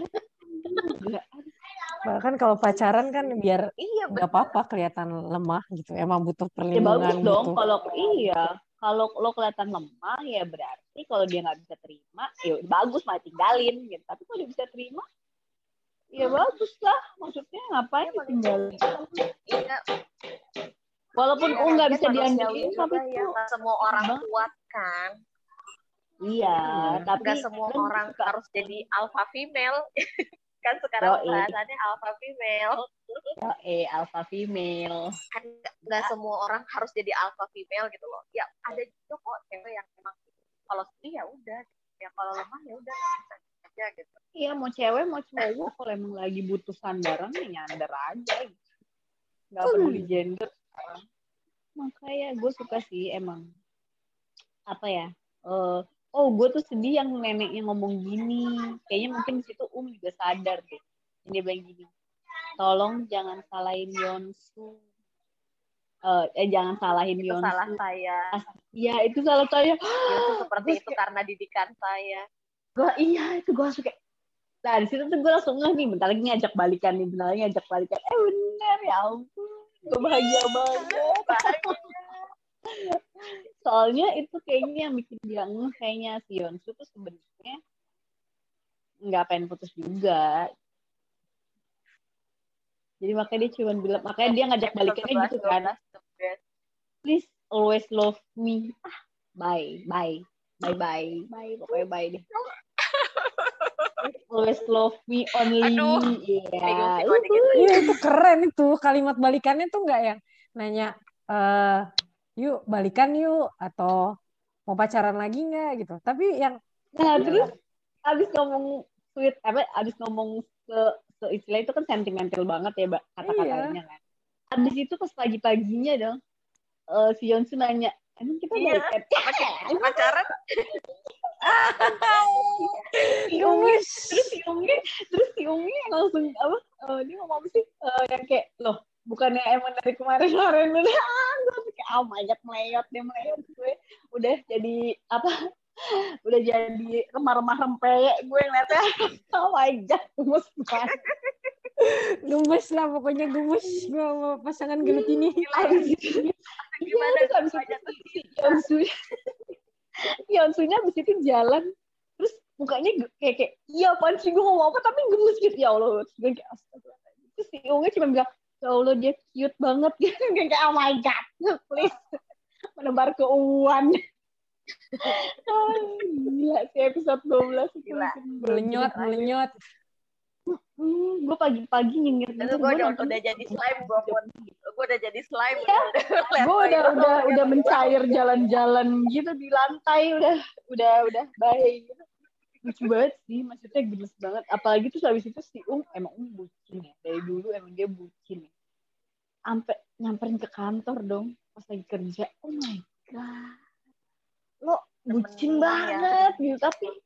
kan kalau pacaran kan biar nggak apa-apa kelihatan lemah gitu. Emang butuh perlindungan. Ya bagus dong kalau lo kelihatan lemah ya berarti kalau dia nggak bisa terima ya bagus malah tinggalin gitu. Tapi kalau dia bisa terima ya bagus lah. Maksudnya ngapain tinggalin? Iya. Walaupun nggak bisa diambilin tapi nggak semua orang kuat kan. Iya, tapi nggak semua orang harus jadi alpha female. Kan sekarang bahasannya alpha female. Alpha female. Kan nggak semua orang harus jadi alpha female gitu loh. Ya ada juga kok cewek yang memang kalau sedih ya udah, ya kalau lemah ya udah aja gitu. Iya, mau cewek mau cowok kalau emang lagi butuh sandaran ya nyandar aja gitu. Nggak peduli gender. makanya gue suka sih emang apa ya gue tuh sedih yang neneknya ngomong gini, kayaknya mungkin di situ juga sadar deh. Dia bilang gini, tolong jangan salahin Yeonsu, jangan salahin Itu Yeonsu, salah saya. Iya itu salah saya. Yeonsu seperti itu kayak, karena didikan saya. Itu gue langsung kayak, nah di situ tuh gue langsung nih bentar lagi ngajak balikan, bener ya ampun, gue bahagia banget. Soalnya itu kayaknya yang bikin dia kayaknya si Yeonsu tuh sebenarnya nggak pengen putus juga. Jadi makanya dia cuma bilang, makanya dia ngajak balikannya gitu kan. Please always love me. Bye. Pokoknya bye deh. Always love me only. Iya. Iya itu keren itu kalimat balikannya tuh nggak yang nanya yuk balikan yuk atau mau pacaran lagi nggak gitu. Tapi yang terus abis ngomong sweet abis ngomong ke istilah itu kan sentimental banget ya kata-katanya kan. Abis itu pas pagi-paginya dong si Yeonsu nanya, emang kita balikan? Pacaran? Terus si Ungi langsung dia ngomong apa sih yang kayak loh bukannya emang dari kemarin gue kayak banyak melayot gue udah jadi udah jadi remah-remah rempeyek gue ngeliatnya. Oh my god, gemes banget. Gemes lah pokoknya, gemes gue sama pasangan gelut ini. Gimana Yeonsunya abis itu jalan terus mukanya kayak iya apaan sih gue ngomong apa tapi gemes gitu, ya Allah. Gue kayak astagfirullahaladzim. Terus si Unge cuma bilang ya Allah dia cute banget gitu. Kayak oh my god please menebar keuuan. Gila sih episode 12 gila. Melenyot. Gue pagi-pagi nyengir gue udah jadi slime gue udah jadi slime ya. Gue udah mencair jalan-jalan gitu di lantai udah baik gitu. Lucu banget sih, maksudnya gemes banget, apalagi tuh habis itu si emang bucin ya dari dulu, emang dia bucin ya sampai nyamperin ke kantor dong pas lagi kerja. Oh my god lo bucin banget gitu,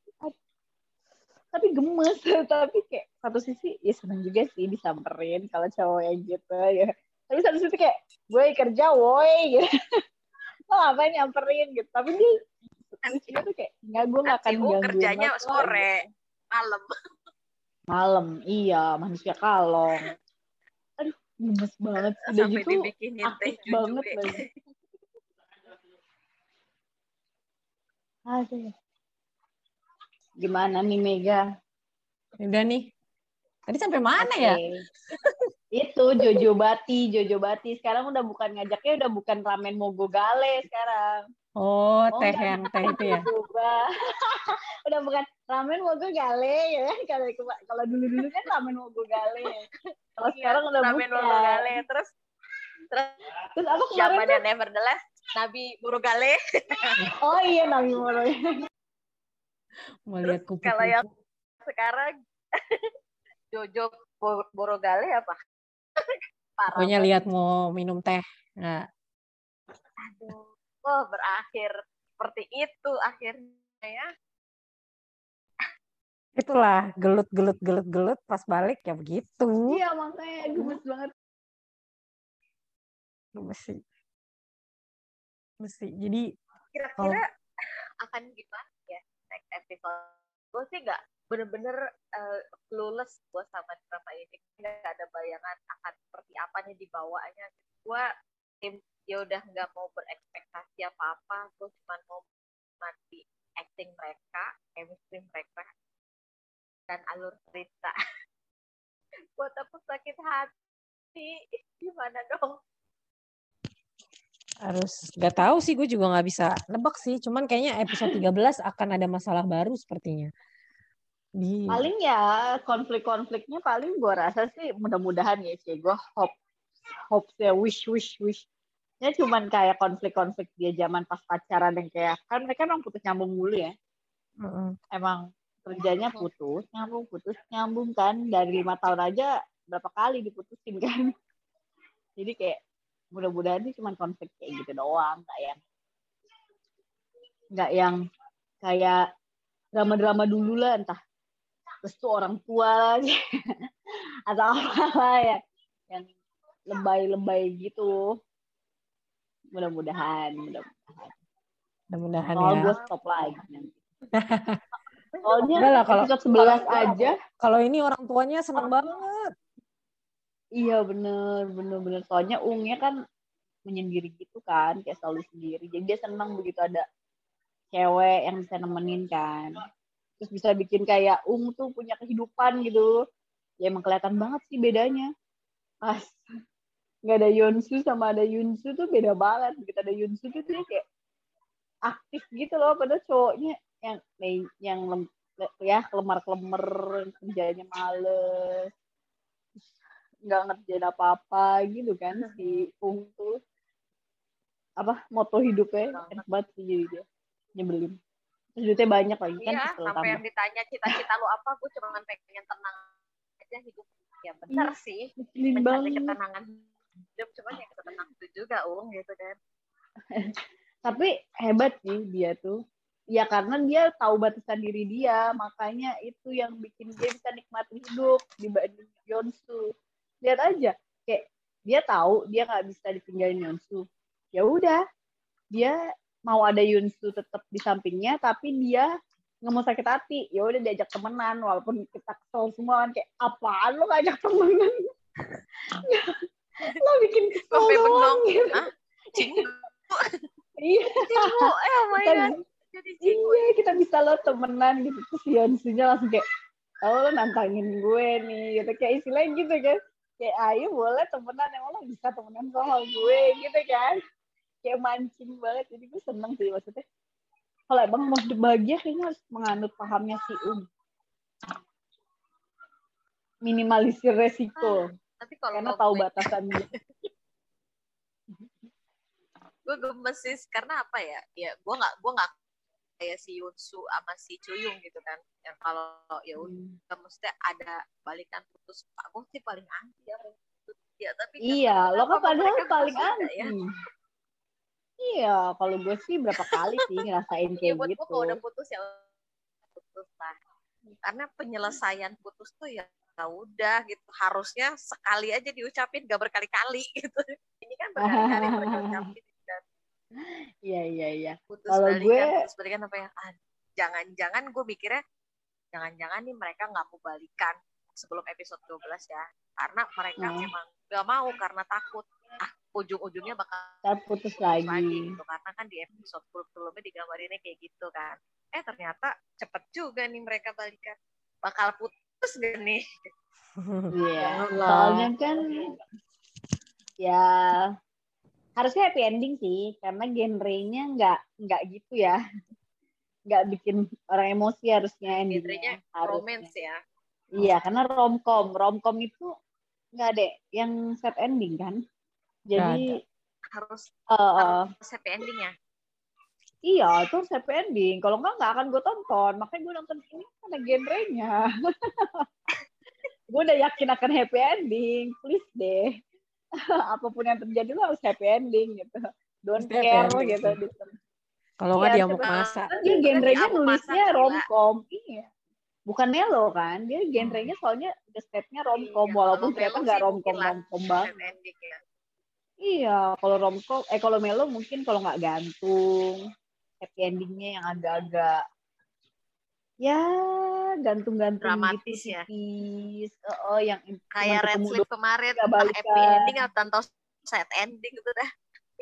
tapi gemes. Tapi kayak satu sisi ya seneng juga sih disamperin kalau cowok yang gitu ya, tapi satu sisi kayak gue kerja woi gitu. Lo ngapain nyamperin gitu, tapi dia tuh kayak enggak, gue gak akan gangguin kerjanya sore malam iya manusia kalong. Aduh gemes banget sih, udah gitu aktif banget lagi. Aduh. Gimana nih Mega? Udah nih. Tadi sampai mana ya? Itu Jojo Bati. Sekarang udah bukan ngajaknya, udah bukan ramen mogo gale sekarang. Oh, teh itu ya. Udah bukan ramen mogo gale ya. Kalau dulu kan ramen mogo gale. Kalau sekarang udah ramen mogo gale. Terus apa kemarin? Zamannya Nevertheless, Nabi Murugale. Oh iya Nabi Murugale. Melihat kupu-kupu. Kalau yang sekarang Jojo Borogale apa? Pokoknya lihat mau minum teh. Nah. Aduh, berakhir seperti itu akhirnya ya. Itulah gelut pas balik ya begitu. Iya makanya gemes banget. Mesti. Jadi kira-kira akan gimana ya next episode? Gue sih nggak bener-bener clueless gue sama drama ini, nggak ada bayangan akan seperti apa nih dibawanya. Gue ya udah nggak mau berekspektasi apa-apa, gue cuma mau nanti acting mereka, chemistry mereka, dan alur cerita. Gue takut sakit hati, gimana dong? Harus nggak tahu sih, gue juga nggak bisa nebak sih, cuman kayaknya episode 13 akan ada masalah baru sepertinya. Paling ya konflik-konfliknya paling gue rasa sih mudah-mudahan ya sih, gue hope ya wish ya cuman kayak konflik-konflik dia zaman pas pacaran yang kayak kan mereka emang putus nyambung mulu ya. Emang kerjanya putus nyambung kan, dari 5 tahun aja berapa kali diputusin kan. Jadi kayak mudah-mudahan sih cuma konflik kayak gitu doang, nggak yang kayak drama-drama dulu lah, entah restu orang tua lagi atau apa ya yang lebay-lebay gitu. Mudah-mudahan ya. Gue stop lagi nanti. Soalnya lah, episode 11 aja. Kalau ini orang tuanya seneng banget. Iya bener. Soalnya Ungnya kan menyendiri gitu kan, kayak selalu sendiri. Jadi dia senang begitu ada cewek yang bisa nemenin kan. Terus bisa bikin kayak tuh punya kehidupan gitu. Ya emang kelihatan banget sih bedanya. Pas nggak ada Yeonsu sama ada Yoonsu tuh beda banget. Begitu ada Yoonsu tuh dia kayak aktif gitu loh, padahal cowoknya yang kelemar-kelemar, kerjanya males, nggak ngerjain apa-apa gitu kan. Si tuh moto hidupnya enak banget sih, jadi dia nyebelin. Terus duitnya banyak lagi kan. Iya, sampai yang ditanya cita-cita lu apa, gue cuma pengen tenang aja hidup. Ya benar sih, mencari ketenangan hidup, cuman yang ketenang itu juga gitu kan. Tapi hebat sih dia tuh. Ya karena dia tahu batasan diri dia, makanya itu yang bikin dia bisa nikmatin hidup dibanding Yeonsu. Lihat aja, kayak dia tahu dia nggak bisa ditinggalin Yeonsu. Ya udah, dia mau ada Yeonsu tetap di sampingnya, tapi dia nggak mau sakit hati. Ya udah diajak temenan, walaupun kita kesel semua kan, kayak apaan lo ngajak temenan? Lo bikin kesel doang gitu. Iya. Oh my god. Jadi iya, kita bisa lo temenan gitu. Terus Yeonsunya langsung kayak, oh lo nantangin gue nih gitu, kayak istilahnya gitu kan. Kayak ayo boleh temenan, emang lo bisa temenan sama gue gitu kan. Kayak mancing banget. Jadi gue seneng sih maksudnya. Kalau emang mau hidup bahagia kayaknya harus menganut pahamnya si minimalisir resiko. Tapi kalau karena tahu batasannya. Gue gemes sih karena apa ya? Ya gue nggak kayak si Yoonsu sama si Chuyung gitu kan. Yang kalau ya udah mesti ada balikan putus. Aku sih paling anti ya. Tapi iya, lo kan padahal paling anti. Ya? Iya, kalau gue sih berapa kali sih ngerasain kayak buat gitu. Gue kalau udah putus ya putus lah. Karena penyelesaian putus tuh ya udah gitu. Harusnya sekali aja diucapin, gak berkali-kali gitu. Ini kan berkali-kali diucapin. Iya. Kalau gue putus balikan apa ya? Jangan-jangan gue mikirnya jangan-jangan nih mereka nggak mau balikan sebelum episode 12 ya. Karena mereka memang gak mau karena takut ujung-ujungnya bakal putus lagi gitu. Karena kan di episode sebelumnya digambarinnya kayak gitu kan. Ternyata cepet juga nih mereka balikan. Bakal putus gak nih? Iya. Soalnya kan ya harusnya happy ending sih, karena genrenya nggak gitu ya, nggak bikin orang emosi harusnya endingnya. Romance ya. Iya, karena romcom itu nggak ada yang sad ending kan. Jadi harus happy ending ya. Iya, itu happy ending. Kalau nggak akan gue tonton. Makanya gue nonton ini karena genrenya. Gue udah yakin akan happy ending. Please deh. Apapun yang terjadi lo harus happy ending gitu. Don't care gitu. Kalau nggak dia mau masak. Dia genrenya nulisnya romcom. Iya. Bukan melo kan. Dia genrenya soalnya the step-nya romcom. Walaupun ternyata nggak romcom banget. Iya, kalau romcom, kalau melo mungkin kalau nggak gantung, happy endingnya yang agak-agak, ya gantung-gantung dramatis gitu, ya. Yang kayak Red Sleep kemarin, happy ending atau sad ending gitu dah.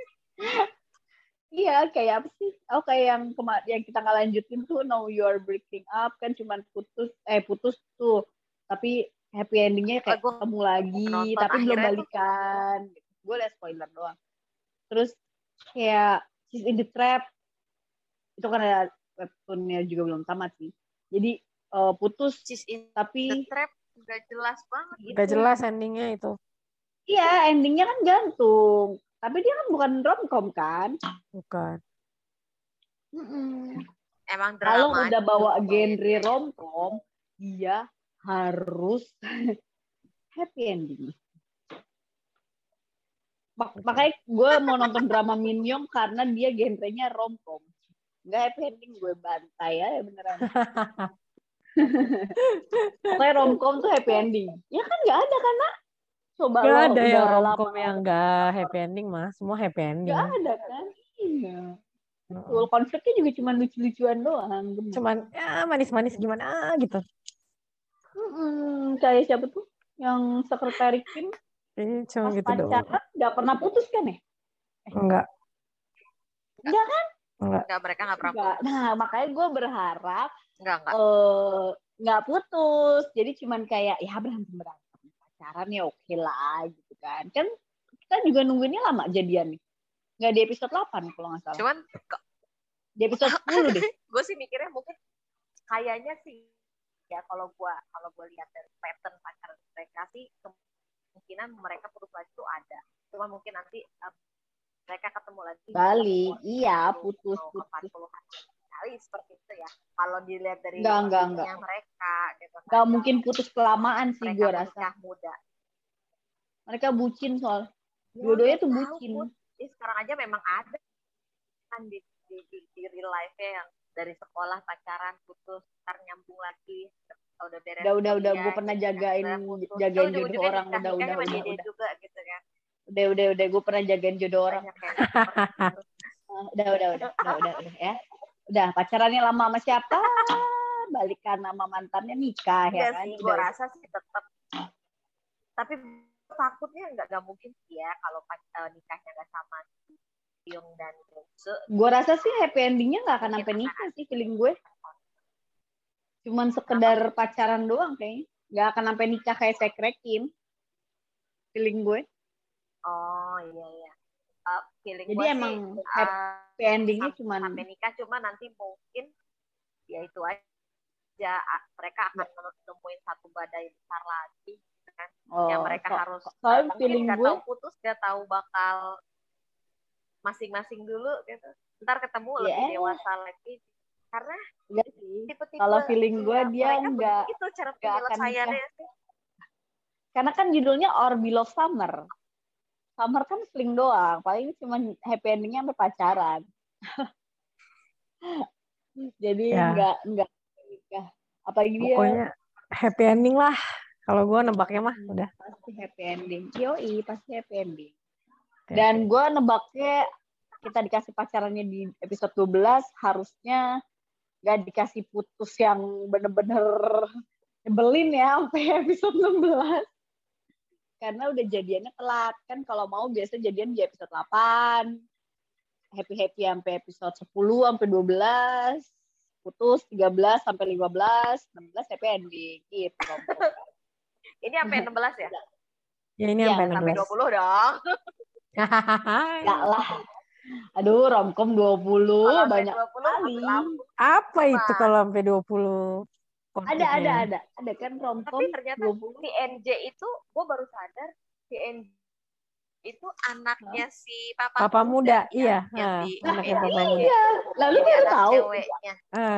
Iya, kayak apa sih? Kayak yang kita nggak lanjutin tuh, Now You Are Breaking Up kan cuma putus tuh, tapi happy endingnya kayak ketemu lagi, tapi belum balikan. Gue liat spoiler doang. Terus kayak She's in the Trap itu kan ada webtoonnya juga belum tamat sih. Jadi putus tapi the Trap gak jelas banget. Gak jelas endingnya itu. Iya, endingnya kan gantung. Tapi dia kan bukan romcom kan? Bukan. Emang drama. Kalau udah bawa genre romcom, dia harus happy ending. Makanya gue mau nonton drama Minyong karena dia genrenya romcom. Nggak happy ending, gue bantai ya beneran. Pokoknya romcom tuh happy ending. Ya kan nggak ada kan, Nak? Coba Gak lo ada udah yang lama. romcom yang gak happy ending mah. Semua happy ending. Nggak ada kan? Iya. Betul, konfliknya juga cuma lucu-lucuan doang. Cuman ya manis-manis gimana gitu. Kayak siapa tuh? Yang sekretari Kim Cuma pas gitu doang. pacaran nggak pernah putus kan ya? Enggak. Enggak kan? Enggak. Enggak, mereka nggak pernah Enggak. putus. Nah, makanya gue berharap Enggak. nggak putus. Jadi cuman kayak ya berantem pacaran ya oke lah gitu kan. Kan kita juga nungguinnya lama jadian nih. Nggak di episode 8 kalau nggak salah. Cuman di episode 10 deh. Gue sih mikirnya mungkin kayaknya sih ya kalau gue lihat dari pattern pacaran mereka sih kemungkinan mereka putus lagi tuh ada. Cuma mungkin nanti mereka ketemu lagi. Balik, iya putus. Kali seperti itu ya. Kalau dilihat dari enggak. mereka gitu kan. Enggak mungkin putus kelamaan sih gue rasa. Muda. Mereka bucin soal. Dua-duanya tuh bucin. Sekarang aja memang ada kan di real life-nya yang dari sekolah pacaran putus ntar nyambung lagi udah beres. Udah gue pernah jagain jodoh orang udah juga gitu kan. Udah gue pernah jagain jodoh orang. Udah ya. Udah pacarannya lama sama siapa? Balikan sama mantannya nikah ya kan. Gue rasa sih tetap. Tapi takutnya nggak mungkin sih ya kalau nikahnya nggak sama Yung dan Bungsu. Gue rasa sih happy endingnya nggak akan sampai nikah sih feeling gue. Cuman sekedar pacaran doang kayaknya. Nggak akan sampai nikah kayak Secret Kim. Feeling gue. Oh iya. Feeling jadi gue emang sih, happy endingnya cuman sampai nikah, cuma nanti mungkin ya itu aja mereka akan menemuin satu badai besar lagi kan. Yang mereka harus mungkin nggak tahu putus, nggak tahu bakal masing-masing dulu gitu. Ntar ketemu lebih dewasa lagi karena tipe-tipe kalau feeling gue dia nggak itu cara penyelesaiannya sih. Karena kan judulnya Our Beloved Summer. Summer kan fling doang, paling cuma happy endingnya sampai pacaran. Jadi enggak nikah. Apalagi dia pokoknya happy ending lah. Kalau gue nebaknya mah udah pasti happy ending. Yoi, pasti happy ending. Dan gue nebaknya kita dikasih pacarannya di episode 12 harusnya nggak dikasih putus yang bener-bener nyebelin ya sampai episode 16. Karena udah jadiannya telat. Kan kalau mau biasa jadian di episode 8. Happy-happy sampai episode 10 sampai 12. Putus 13 sampai 15. 16 happy ending. Gitu. Ini sampai 16 ya? Ya ini sampai 16. Sampai 20 dong. Enggak lah. Aduh, romcom 20. Banyak 20, kali. Apa itu kalau sampai 20? Ada kan romcom. Tapi ternyata 20. Si NJ itu gue baru sadar si NJ itu anaknya si papa muda ya, iya. Anaknya papa muda. Iya. Lalu dia tahu. Ceweknya.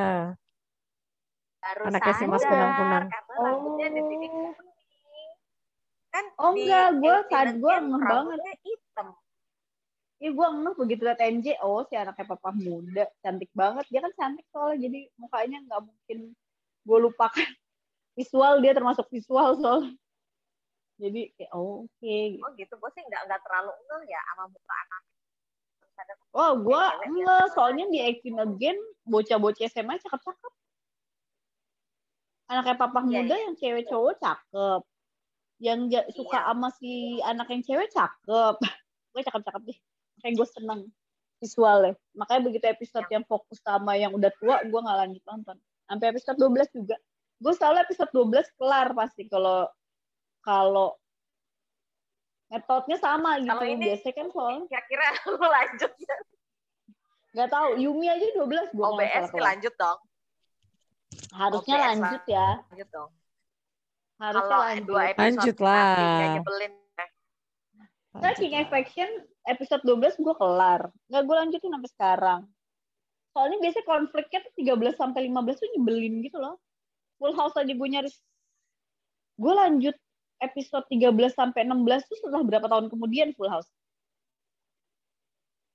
Baru anaknya si Mas Kunang-Kunang. Karena rambutnya dibidik kuning. Kan enggak, gue ngeh banget. Hitam. Iya, gue ngeh begitu liat NJ, si anaknya papa muda, cantik banget. Dia kan cantik soalnya, jadi mukanya nggak mungkin gue lupakan. Visual, dia termasuk visual soalnya. Jadi kayak oke. Oh gitu, gue sih nggak terlalu ngeh ya sama muka anak. Gue ngeh, soalnya di Action Again bocah-bocah SMA cakep-cakep. Anaknya papa muda yang cewek cowok cakep. Yang suka sama si anak yang cewek cakep. Gue cakep-cakep deh. Makanya gue seneng visualnya. Makanya begitu episode yang fokus sama yang udah tua, gue nggak lanjut nonton. Sampai episode 12 juga. Gue selalu episode 12 kelar pasti kalau metodenya sama gitu. Kalau ini biasanya kan soalnya kira-kira lu lanjut. Nggak tahu, Yumi aja 12 gue OBS lanjut dong. Harusnya OBS lanjut ya. Lanjut dong. Harusnya lanjut lah. Nyebelin. Saya King Affection episode 12 gue kelar. Nggak gue lanjutin sampai sekarang. Soalnya biasanya konfliknya tuh 13 sampai 15 tuh nyebelin gitu loh. Full House aja gue nyaris. Gue lanjut episode 13 sampai 16 tuh setelah berapa tahun kemudian Full House.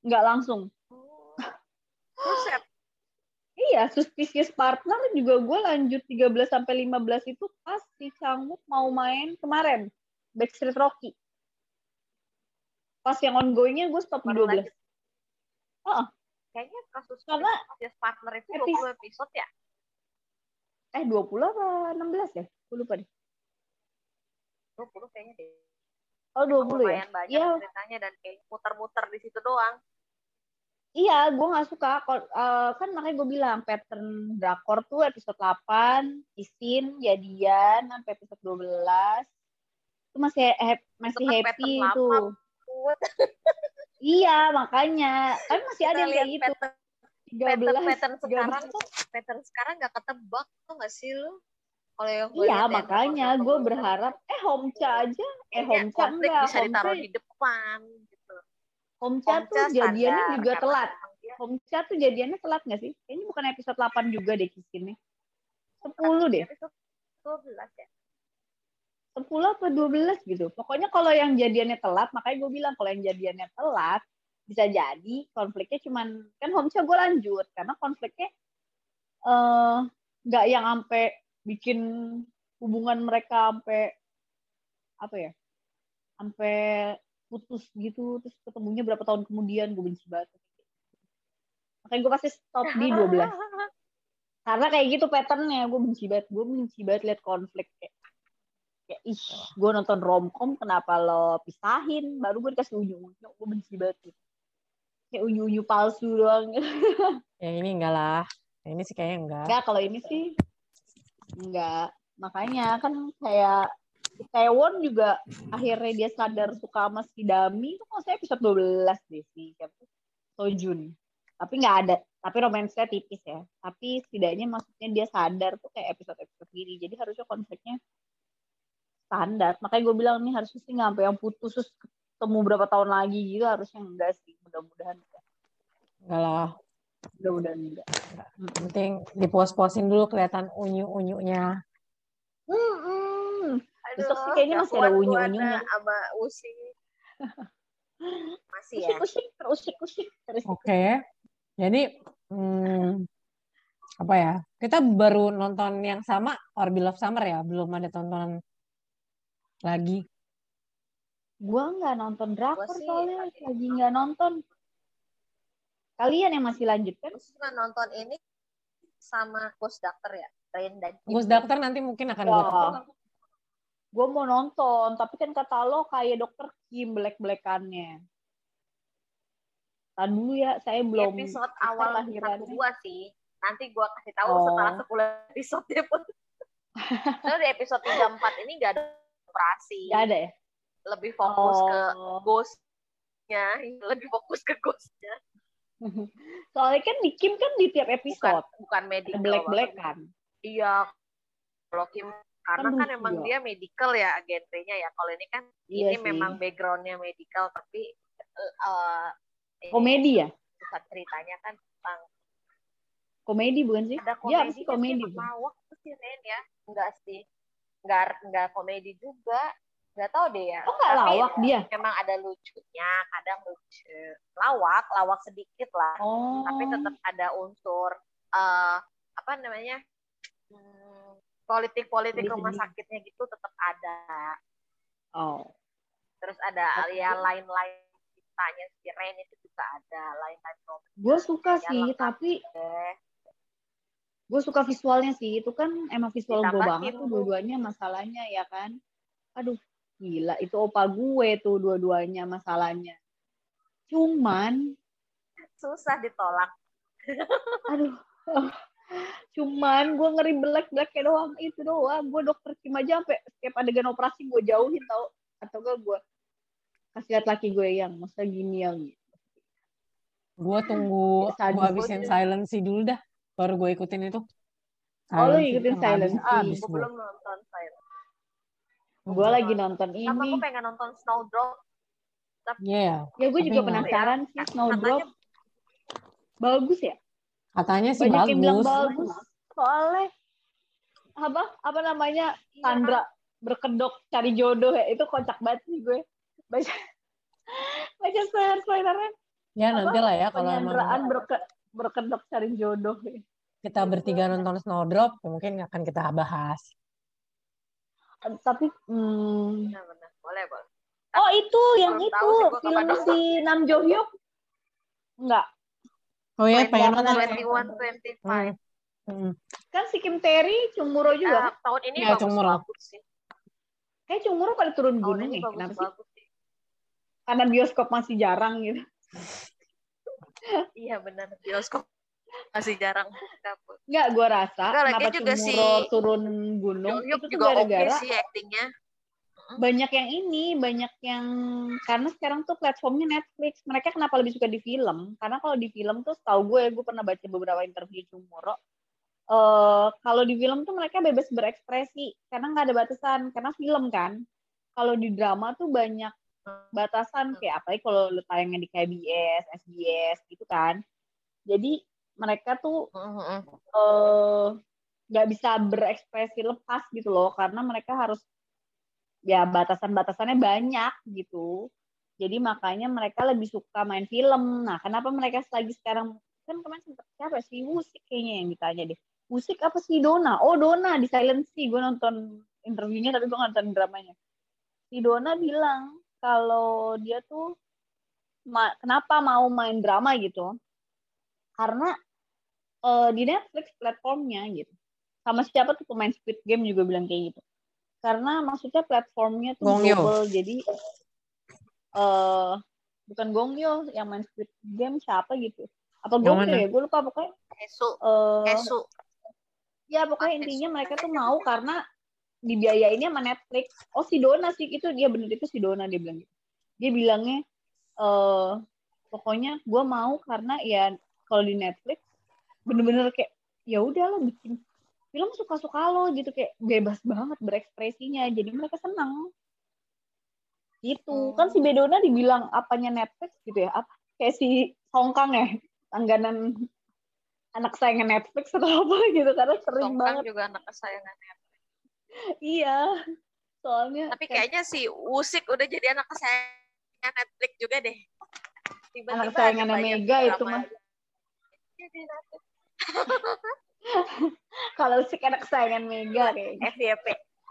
nggak langsung. Terus ya, Iya, Suspicious Partner juga gue lanjut 13-15 itu pas si Changguk mau main kemarin. Backstreet Rocky. Pas yang ongoingnya gue stop di baru 12. lanjut. Oh, Kayaknya kasus Karena Suspicious Partner itu 20 episode ya? 20 apa 16 ya? Gue lupa deh. 20 kayaknya deh. Oh, 20 ya? Lumayan banyak Iya. ceritanya dan kayak muter-muter di situ doang. Iya, gue gak suka. Kan makanya gue bilang, pattern drakor tuh episode 8, isin, jadian, sampai episode 12. Itu masih Itu kan pattern happy lama. itu. Iya, makanya. Kan masih Kita ada yang kayak gitu. 13, pattern sekarang gak ketebak tuh gak sih lu? Kalau yang gue Iya, lihat ya, makanya gue berharap Homcha aja. kayaknya Homcha konflik enggak. bisa ditaruh di depan gitu. Homcha tuh jadiannya standar, juga karena telat. emang dia- Homcha tuh jadiannya telat nggak sih? Kayaknya bukan episode 8 juga deh kisahnya. 10 deh. Episode 12 ya. 10 atau 12 gitu. Pokoknya kalau yang jadiannya telat, makanya gue bilang kalau yang jadiannya telat, bisa jadi konfliknya cuman, kan Homcha gue lanjut, karena konfliknya nggak yang sampai bikin hubungan mereka sampai apa ya, sampai putus gitu, terus ketemunya berapa tahun kemudian, gue benci banget. Makanya gue pasti stop di 12. Karena kayak gitu patternnya, gue benci banget liat konflik kayak gue nonton romcom kenapa lo pisahin, baru gue dikasih unyu-unyu, gue benci banget gitu. Kayak unyu-unyu palsu doang. Ya ini enggak lah. Ini sih kayaknya enggak. Enggak, kalau ini sih enggak. Makanya kan kayak Taewon juga akhirnya dia sadar suka sama si Dami, itu maksudnya episode 12 deh sih, Sojun. Tapi nggak ada, tapi romansnya tipis ya. Tapi setidaknya maksudnya dia sadar tuh kayak episode-episode gini. Jadi harusnya konfliknya standar. Makanya gue bilang nih harusnya sih nggak sampai yang putus terus ketemu berapa tahun lagi gitu, harusnya enggak sih. Mudah-mudahan enggak. Enggak lah. Mudah-mudahan enggak. Penting dipos-posin dulu kelihatan unyu-unyunya. Besok sih kayaknya masih ada unyu-unyunya. Sama Usi. Masih ya. Terusik. Oke. Jadi apa ya? Kita baru nonton yang sama Orbi Love Summer ya, belum ada tontonan lagi. Gua nggak nonton drakor soalnya lagi nggak nonton. Kalian yang masih lanjut kan? Gue cuma nonton ini sama Ghost Doctor ya. Rain dan Ghost Doctor nanti mungkin akan gue tonton. Gue mau nonton, tapi kan kata lo kayak Dokter Kim black-blackannya. Tadi dulu ya, saya belum. Episode awal lahirannya. 1-2 sih. Nanti gue kasih tahu setelah 10 episode ya pun. Terus di episode 3-4 ini nggak ada operasi. Nggak ada ya? Lebih fokus ke ghost-nya. Lebih fokus ke ghost-nya. Soalnya kan di Kim kan di tiap episode. Bukan medical. Black-blackan. Iya. Kalau Kim karena kan emang dia medical ya genrenya ya. Kalau ini kan ini memang backgroundnya medical tapi komedi ya? Pusat ceritanya kan tentang komedi bukan sih? Ada komedi. Ya, komedi. Lawak sih Ren ya? Enggak sih. Enggak komedi juga. Enggak tahu deh ya. Oh, enggak lawak dia? Memang ada lucunya, kadang lucu. Lawak sedikit lah. Oh. Tapi tetap ada unsur apa namanya? Politik rumah sakitnya gitu tetap ada. Oh. Terus ada ya lain-lain ceritanya si Ren itu juga ada lain-lain. Gue suka sih, tapi gue suka visualnya sih. Itu kan emang visual gue banget tuh dua-duanya masalahnya ya kan. Aduh, gila. Itu opa gue tuh dua-duanya masalahnya. Cuman susah ditolak. Aduh. Cuman gue ngeri black-blacknya doang. Itu doang. Gue Dokter Kim aja sampai setiap adegan operasi gue jauhin tau. Atau gue kasih lihat laki gue yang masa gini yang gue tunggu gue habisin Silency dulu dah baru gue ikutin itu. Oh lu ikutin Silency? Gue belum nonton Silency. Gue lagi nonton ini. Sama gue pengen nonton Snowdrop. Iya. Ya gue juga penasaran sih Snowdrop. Bagus ya? Katanya sih banyak bagus. Yang bilang bagus. Soalnya apa namanya Sandra berkedok cari jodoh ya, itu kocak banget sih gue baca spoilernya. Ya nanti lah ya kalau emang penyanderaan berkedok cari jodoh. kita bertiga nonton Snowdrop, mungkin akan kita bahas. Tapi Benar. Boleh. oh itu yang Belum itu tahu sih gua film kapan si Nam Jo Hyuk enggak Oh ya, pengen nonton. 21, 25. kan si Kim Tae-ri Cumuro juga kan? Tahun ini Ya, Cumuro. bagus sih. Kayak Cumuro pada turun Tahun gunung ini nih. Kenapa sih? bagus sih. Karena bioskop masih jarang gitu. Iya benar, bioskop masih jarang buka. Enggak, gue rasa Enggak, kenapa juga Cumuro turun gunung Yoyuk itu tuh juga gara-gara oke sih aktingnya. banyak yang karena sekarang tuh platformnya Netflix. Mereka kenapa lebih suka di film? Karena kalau di film tuh setahu gue pernah baca beberapa interview Cumuro. Kalau di film tuh mereka bebas berekspresi karena nggak ada batasan karena film kan. Kalau di drama tuh banyak batasan kayak apalagi kalau lu tayangnya di KBS, SBS gitu kan. Jadi mereka tuh nggak bisa berekspresi lepas gitu loh karena mereka harus ya batasan-batasannya banyak gitu. Jadi makanya mereka lebih suka main film. Nah, kenapa mereka lagi sekarang kan kemarin sempat siapa sih Musik kayaknya yang ditanya deh. Musik apa sih Dona? Oh Dona di Silent Sea. Gue nonton interviewnya tapi gue nonton dramanya. Si Dona bilang kalau dia tuh kenapa mau main drama gitu? Karena di Netflix platformnya gitu. Sama siapa tuh pemain Squid Game juga bilang kayak gitu. Karena maksudnya platformnya tuh global, jadi bukan Gongyo yang main Squid Game siapa gitu. Apa Gongyo ya? Gue lupa pokoknya. Esu. Ya pokoknya intinya mereka tuh mau karena dibiayainnya sama Netflix. Oh si Dona sih itu dia bener itu si Dona dia bilang gitu. Dia bilangnya pokoknya gue mau karena ya kalau di Netflix bener-bener kayak ya udah lo bikin film suka-suka lo gitu kayak bebas banget berekspresinya jadi mereka senang gitu kan si Bedona dibilang apanya Netflix gitu ya apa kayak si Song Kang ya langganan anak sayangan Netflix atau apa gitu karena sering Song banget Kang juga anak kesayangan Netflix. Iya soalnya tapi kayaknya si Usik udah jadi anak kesayangan Netflix juga deh tiba-tiba anak kesayangan Mega itu mah kalau Usik anak kesayangan Mega kayaknya FYP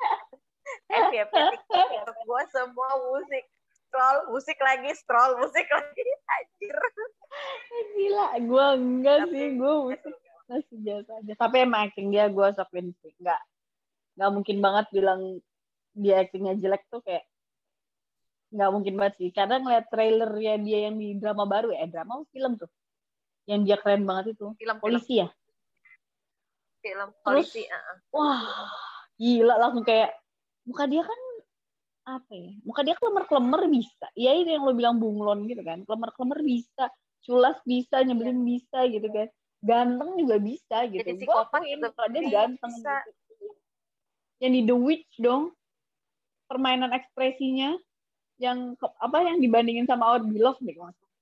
TikTok gue semua musik lagi anjir gila gue enggak sih gue musik masih biasa aja tapi emang acting dia gue sukain sih nggak mungkin banget bilang dia actingnya jelek tuh kayak nggak mungkin banget sih karena ngeliat trailernya dia yang di drama baru drama film tuh yang dia keren banget itu polisi ya film terus polisi wah gila langsung kayak muka dia kan apa ya muka dia klemer bisa ya itu yang lo bilang bunglon gitu kan klemer bisa culas bisa nyebelin bisa gitu kan ganteng juga bisa gitu jadi psikopat juga kalau dia ganteng bisa. Gitu yang di The Witch dong permainan ekspresinya yang yang dibandingin sama Our Beloved nih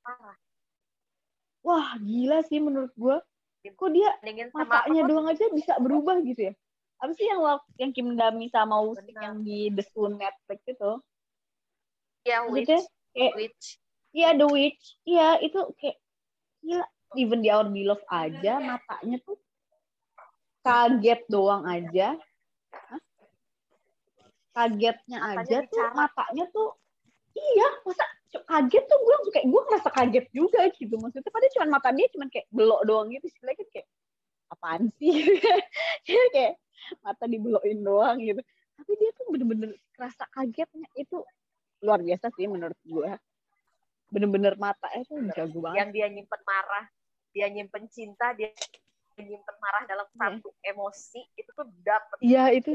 wah gila sih menurut gue kok dia matanya doang aja bisa berubah gitu ya apa sih yang Kim Dami sama Usik yang di The Sun Netflix itu ya Witch iya The Witch iya itu kayak gila even di Our Beloved aja matanya tuh kaget doang aja kagetnya aja tuh matanya tuh iya masa kaget tuh gue ngerasa kaget juga gitu maksudnya padahal cuma mata dia cuma kayak belok doang gitu sih kayak apaan sih kayak mata dibelokin doang gitu tapi dia tuh bener-bener kerasa kagetnya itu luar biasa sih menurut gue bener-bener mata itu jago banget yang dia nyimpen marah dia nyimpen cinta dia nyimpen marah dalam satu emosi itu tuh dapet itu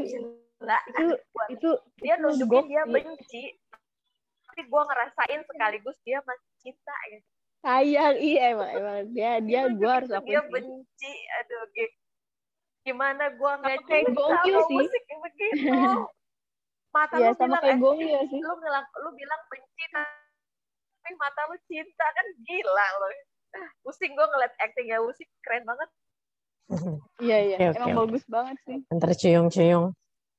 dia nunjukin dia benci tapi gue ngerasain sekaligus dia masih cinta gitu sayang emang dia gue harus akuin dia benci aduh gimana gue nggak kayak Gongyo sih musik begitu mata ya, lu sama bilang kayak Gongyo sih lu bilang benci tapi mata lu cinta kan gila lo pusing gue ngeliat actingnya Usik keren banget iya emang bagus banget sih terciung-ciung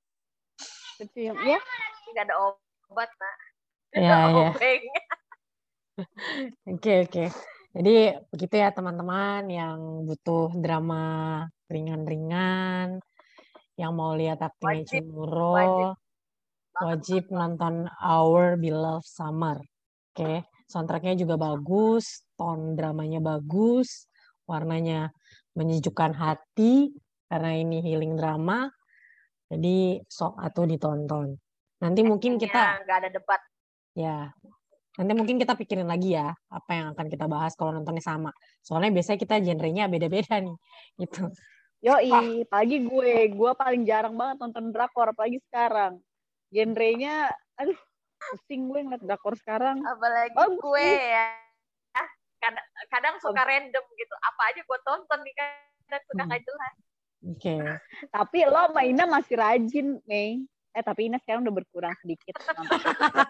ya nggak ada obat nak ya oke Jadi begitu ya teman-teman yang butuh drama ringan-ringan, yang mau lihat aktingnya Wajib Cimuro, wajib nonton Our Beloved Summer. Oke, soundtracknya juga bagus, tone dramanya bagus, warnanya menyejukkan hati karena ini healing drama. Jadi sok atuh ditonton. Nanti mungkin kita nggak ada debat. ya, nanti mungkin kita pikirin lagi ya apa yang akan kita bahas kalau nontonnya sama. Soalnya biasanya kita genrenya beda-beda nih. Gitu. Yoi, apalagi gue paling jarang banget nonton drakor, apalagi sekarang. Genrenya, aduh, pusing gue ngeliat drakor sekarang. Apalagi Bagus gue sih. ya, kadang suka random gitu. Apa aja gue tonton nih, kadang suka nggak jelas. Oke. Tapi lo sama Ina masih rajin, Mei. Tapi Ina sekarang udah berkurang sedikit nonton.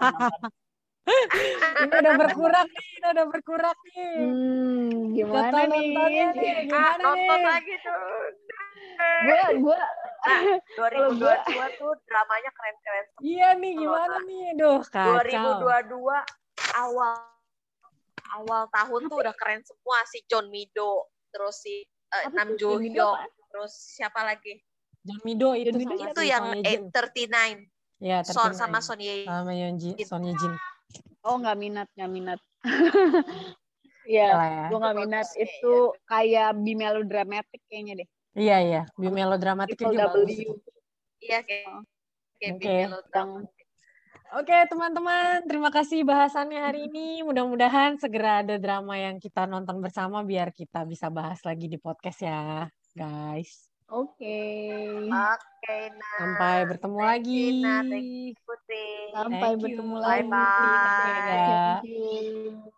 Ini udah berkurang nih. Gimana nih? Gimana nonton nih? lagi tuh. Gue 2022 tuh dramanya keren-keren. Iya nih, gimana nih? Duh, kacau. 2022 awal tahun tuh udah keren semua. Si John Mido, terus si Nam Jo Hyuk, terus siapa lagi? John Mido itu yang 39. Ya, sama Son Ye Jin. Oh, nggak minat. Iya, gue nggak minat. Itu kayak bimelodramatic kayaknya deh. Iya, bimelodramatic juga bagus. Iya, kayak bimelodramatic. Oke, teman-teman, terima kasih bahasannya hari ini. Mudah-mudahan segera ada drama yang kita nonton bersama biar kita bisa bahas lagi di podcast ya, guys. Oke, sampai bertemu lagi. Sampai bertemu lagi. Bye-bye. Thank you.